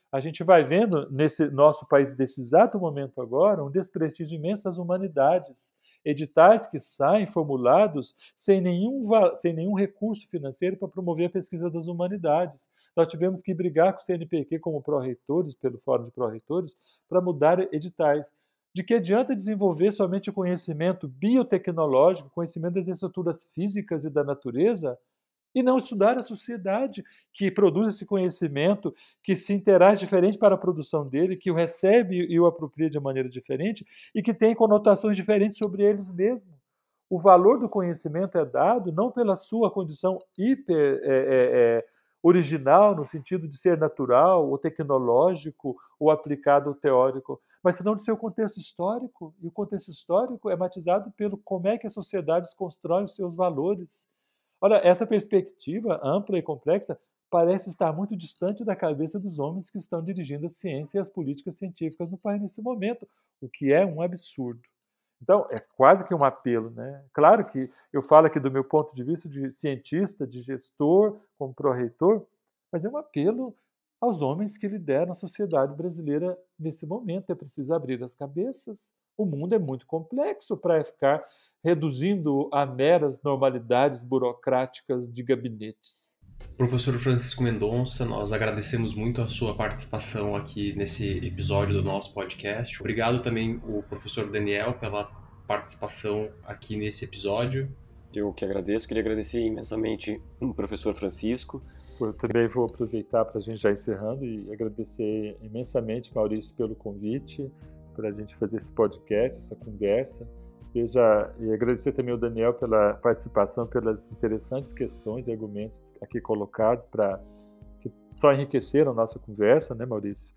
a gente vai vendo nesse nosso país, desse exato momento agora, um desprestígio imenso das humanidades. Editais que saem formulados sem nenhum, sem nenhum recurso financeiro para promover a pesquisa das humanidades. Nós tivemos que brigar com o C N P Q como pró-reitores, pelo Fórum de Pró-Reitores, para mudar editais. De que adianta desenvolver somente o conhecimento biotecnológico, conhecimento das estruturas físicas e da natureza, e não estudar a sociedade que produz esse conhecimento, que se interage diferente para a produção dele, que o recebe e o apropria de maneira diferente e que tem conotações diferentes sobre eles mesmos. O valor do conhecimento é dado não pela sua condição hiper é, é, é, original, no sentido de ser natural, ou tecnológico, ou aplicado ou teórico, mas senão do seu contexto histórico. E o contexto histórico é matizado pelo como é que as sociedades constroem os seus valores. Olha, essa perspectiva ampla e complexa parece estar muito distante da cabeça dos homens que estão dirigindo a ciência e as políticas científicas no país nesse momento, o que é um absurdo. Então, é quase que um apelo, né? Claro que eu falo aqui do meu ponto de vista de cientista, de gestor, como pró-reitor, mas é um apelo aos homens que lideram a sociedade brasileira nesse momento. É preciso abrir as cabeças. O mundo é muito complexo para ficar reduzindo a meras normalidades burocráticas de gabinetes. Professor Francisco Mendonça, nós agradecemos muito a sua participação aqui nesse episódio do nosso podcast. Obrigado também ao professor Daniel pela participação aqui nesse episódio. Eu que agradeço, queria agradecer imensamente o professor Francisco. Eu também vou aproveitar para a gente já encerrando e agradecer imensamente, Maurício, pelo convite, para a gente fazer esse podcast, essa conversa. Veja, e agradecer também ao Daniel pela participação, pelas interessantes questões e argumentos aqui colocados, para que só enriqueceram a nossa conversa, né, Maurício?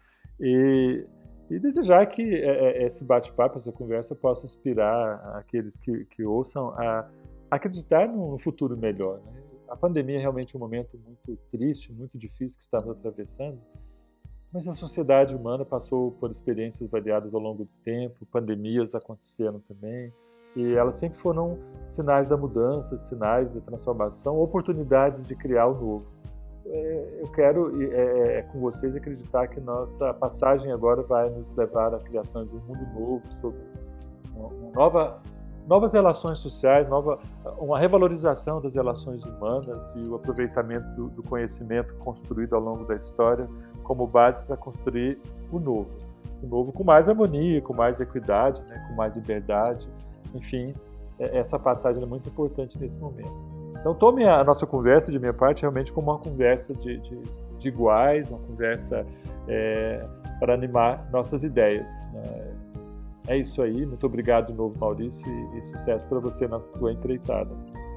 E, e desejar que é, esse bate-papo, essa conversa, possa inspirar aqueles que, que ouçam a acreditar num futuro melhor, né? A pandemia é realmente um momento muito triste, muito difícil que estamos atravessando, mas a sociedade humana passou por experiências variadas ao longo do tempo, pandemias aconteceram também, e elas sempre foram sinais da mudança, sinais da transformação, oportunidades de criar o novo. Eu quero, é, é, com vocês, acreditar que nossa passagem agora vai nos levar à criação de um mundo novo, sobre uma, uma nova, novas relações sociais, nova, uma revalorização das relações humanas e o aproveitamento do, do conhecimento construído ao longo da história como base para construir o novo. O novo com mais harmonia, com mais equidade, né, com mais liberdade. Enfim, essa passagem é muito importante nesse momento. Então, tome a nossa conversa, de minha parte, realmente como uma conversa de, de, de iguais, uma conversa é, para animar nossas ideias, né? É isso aí. Muito obrigado de novo, Maurício, e, e sucesso para você na sua empreitada.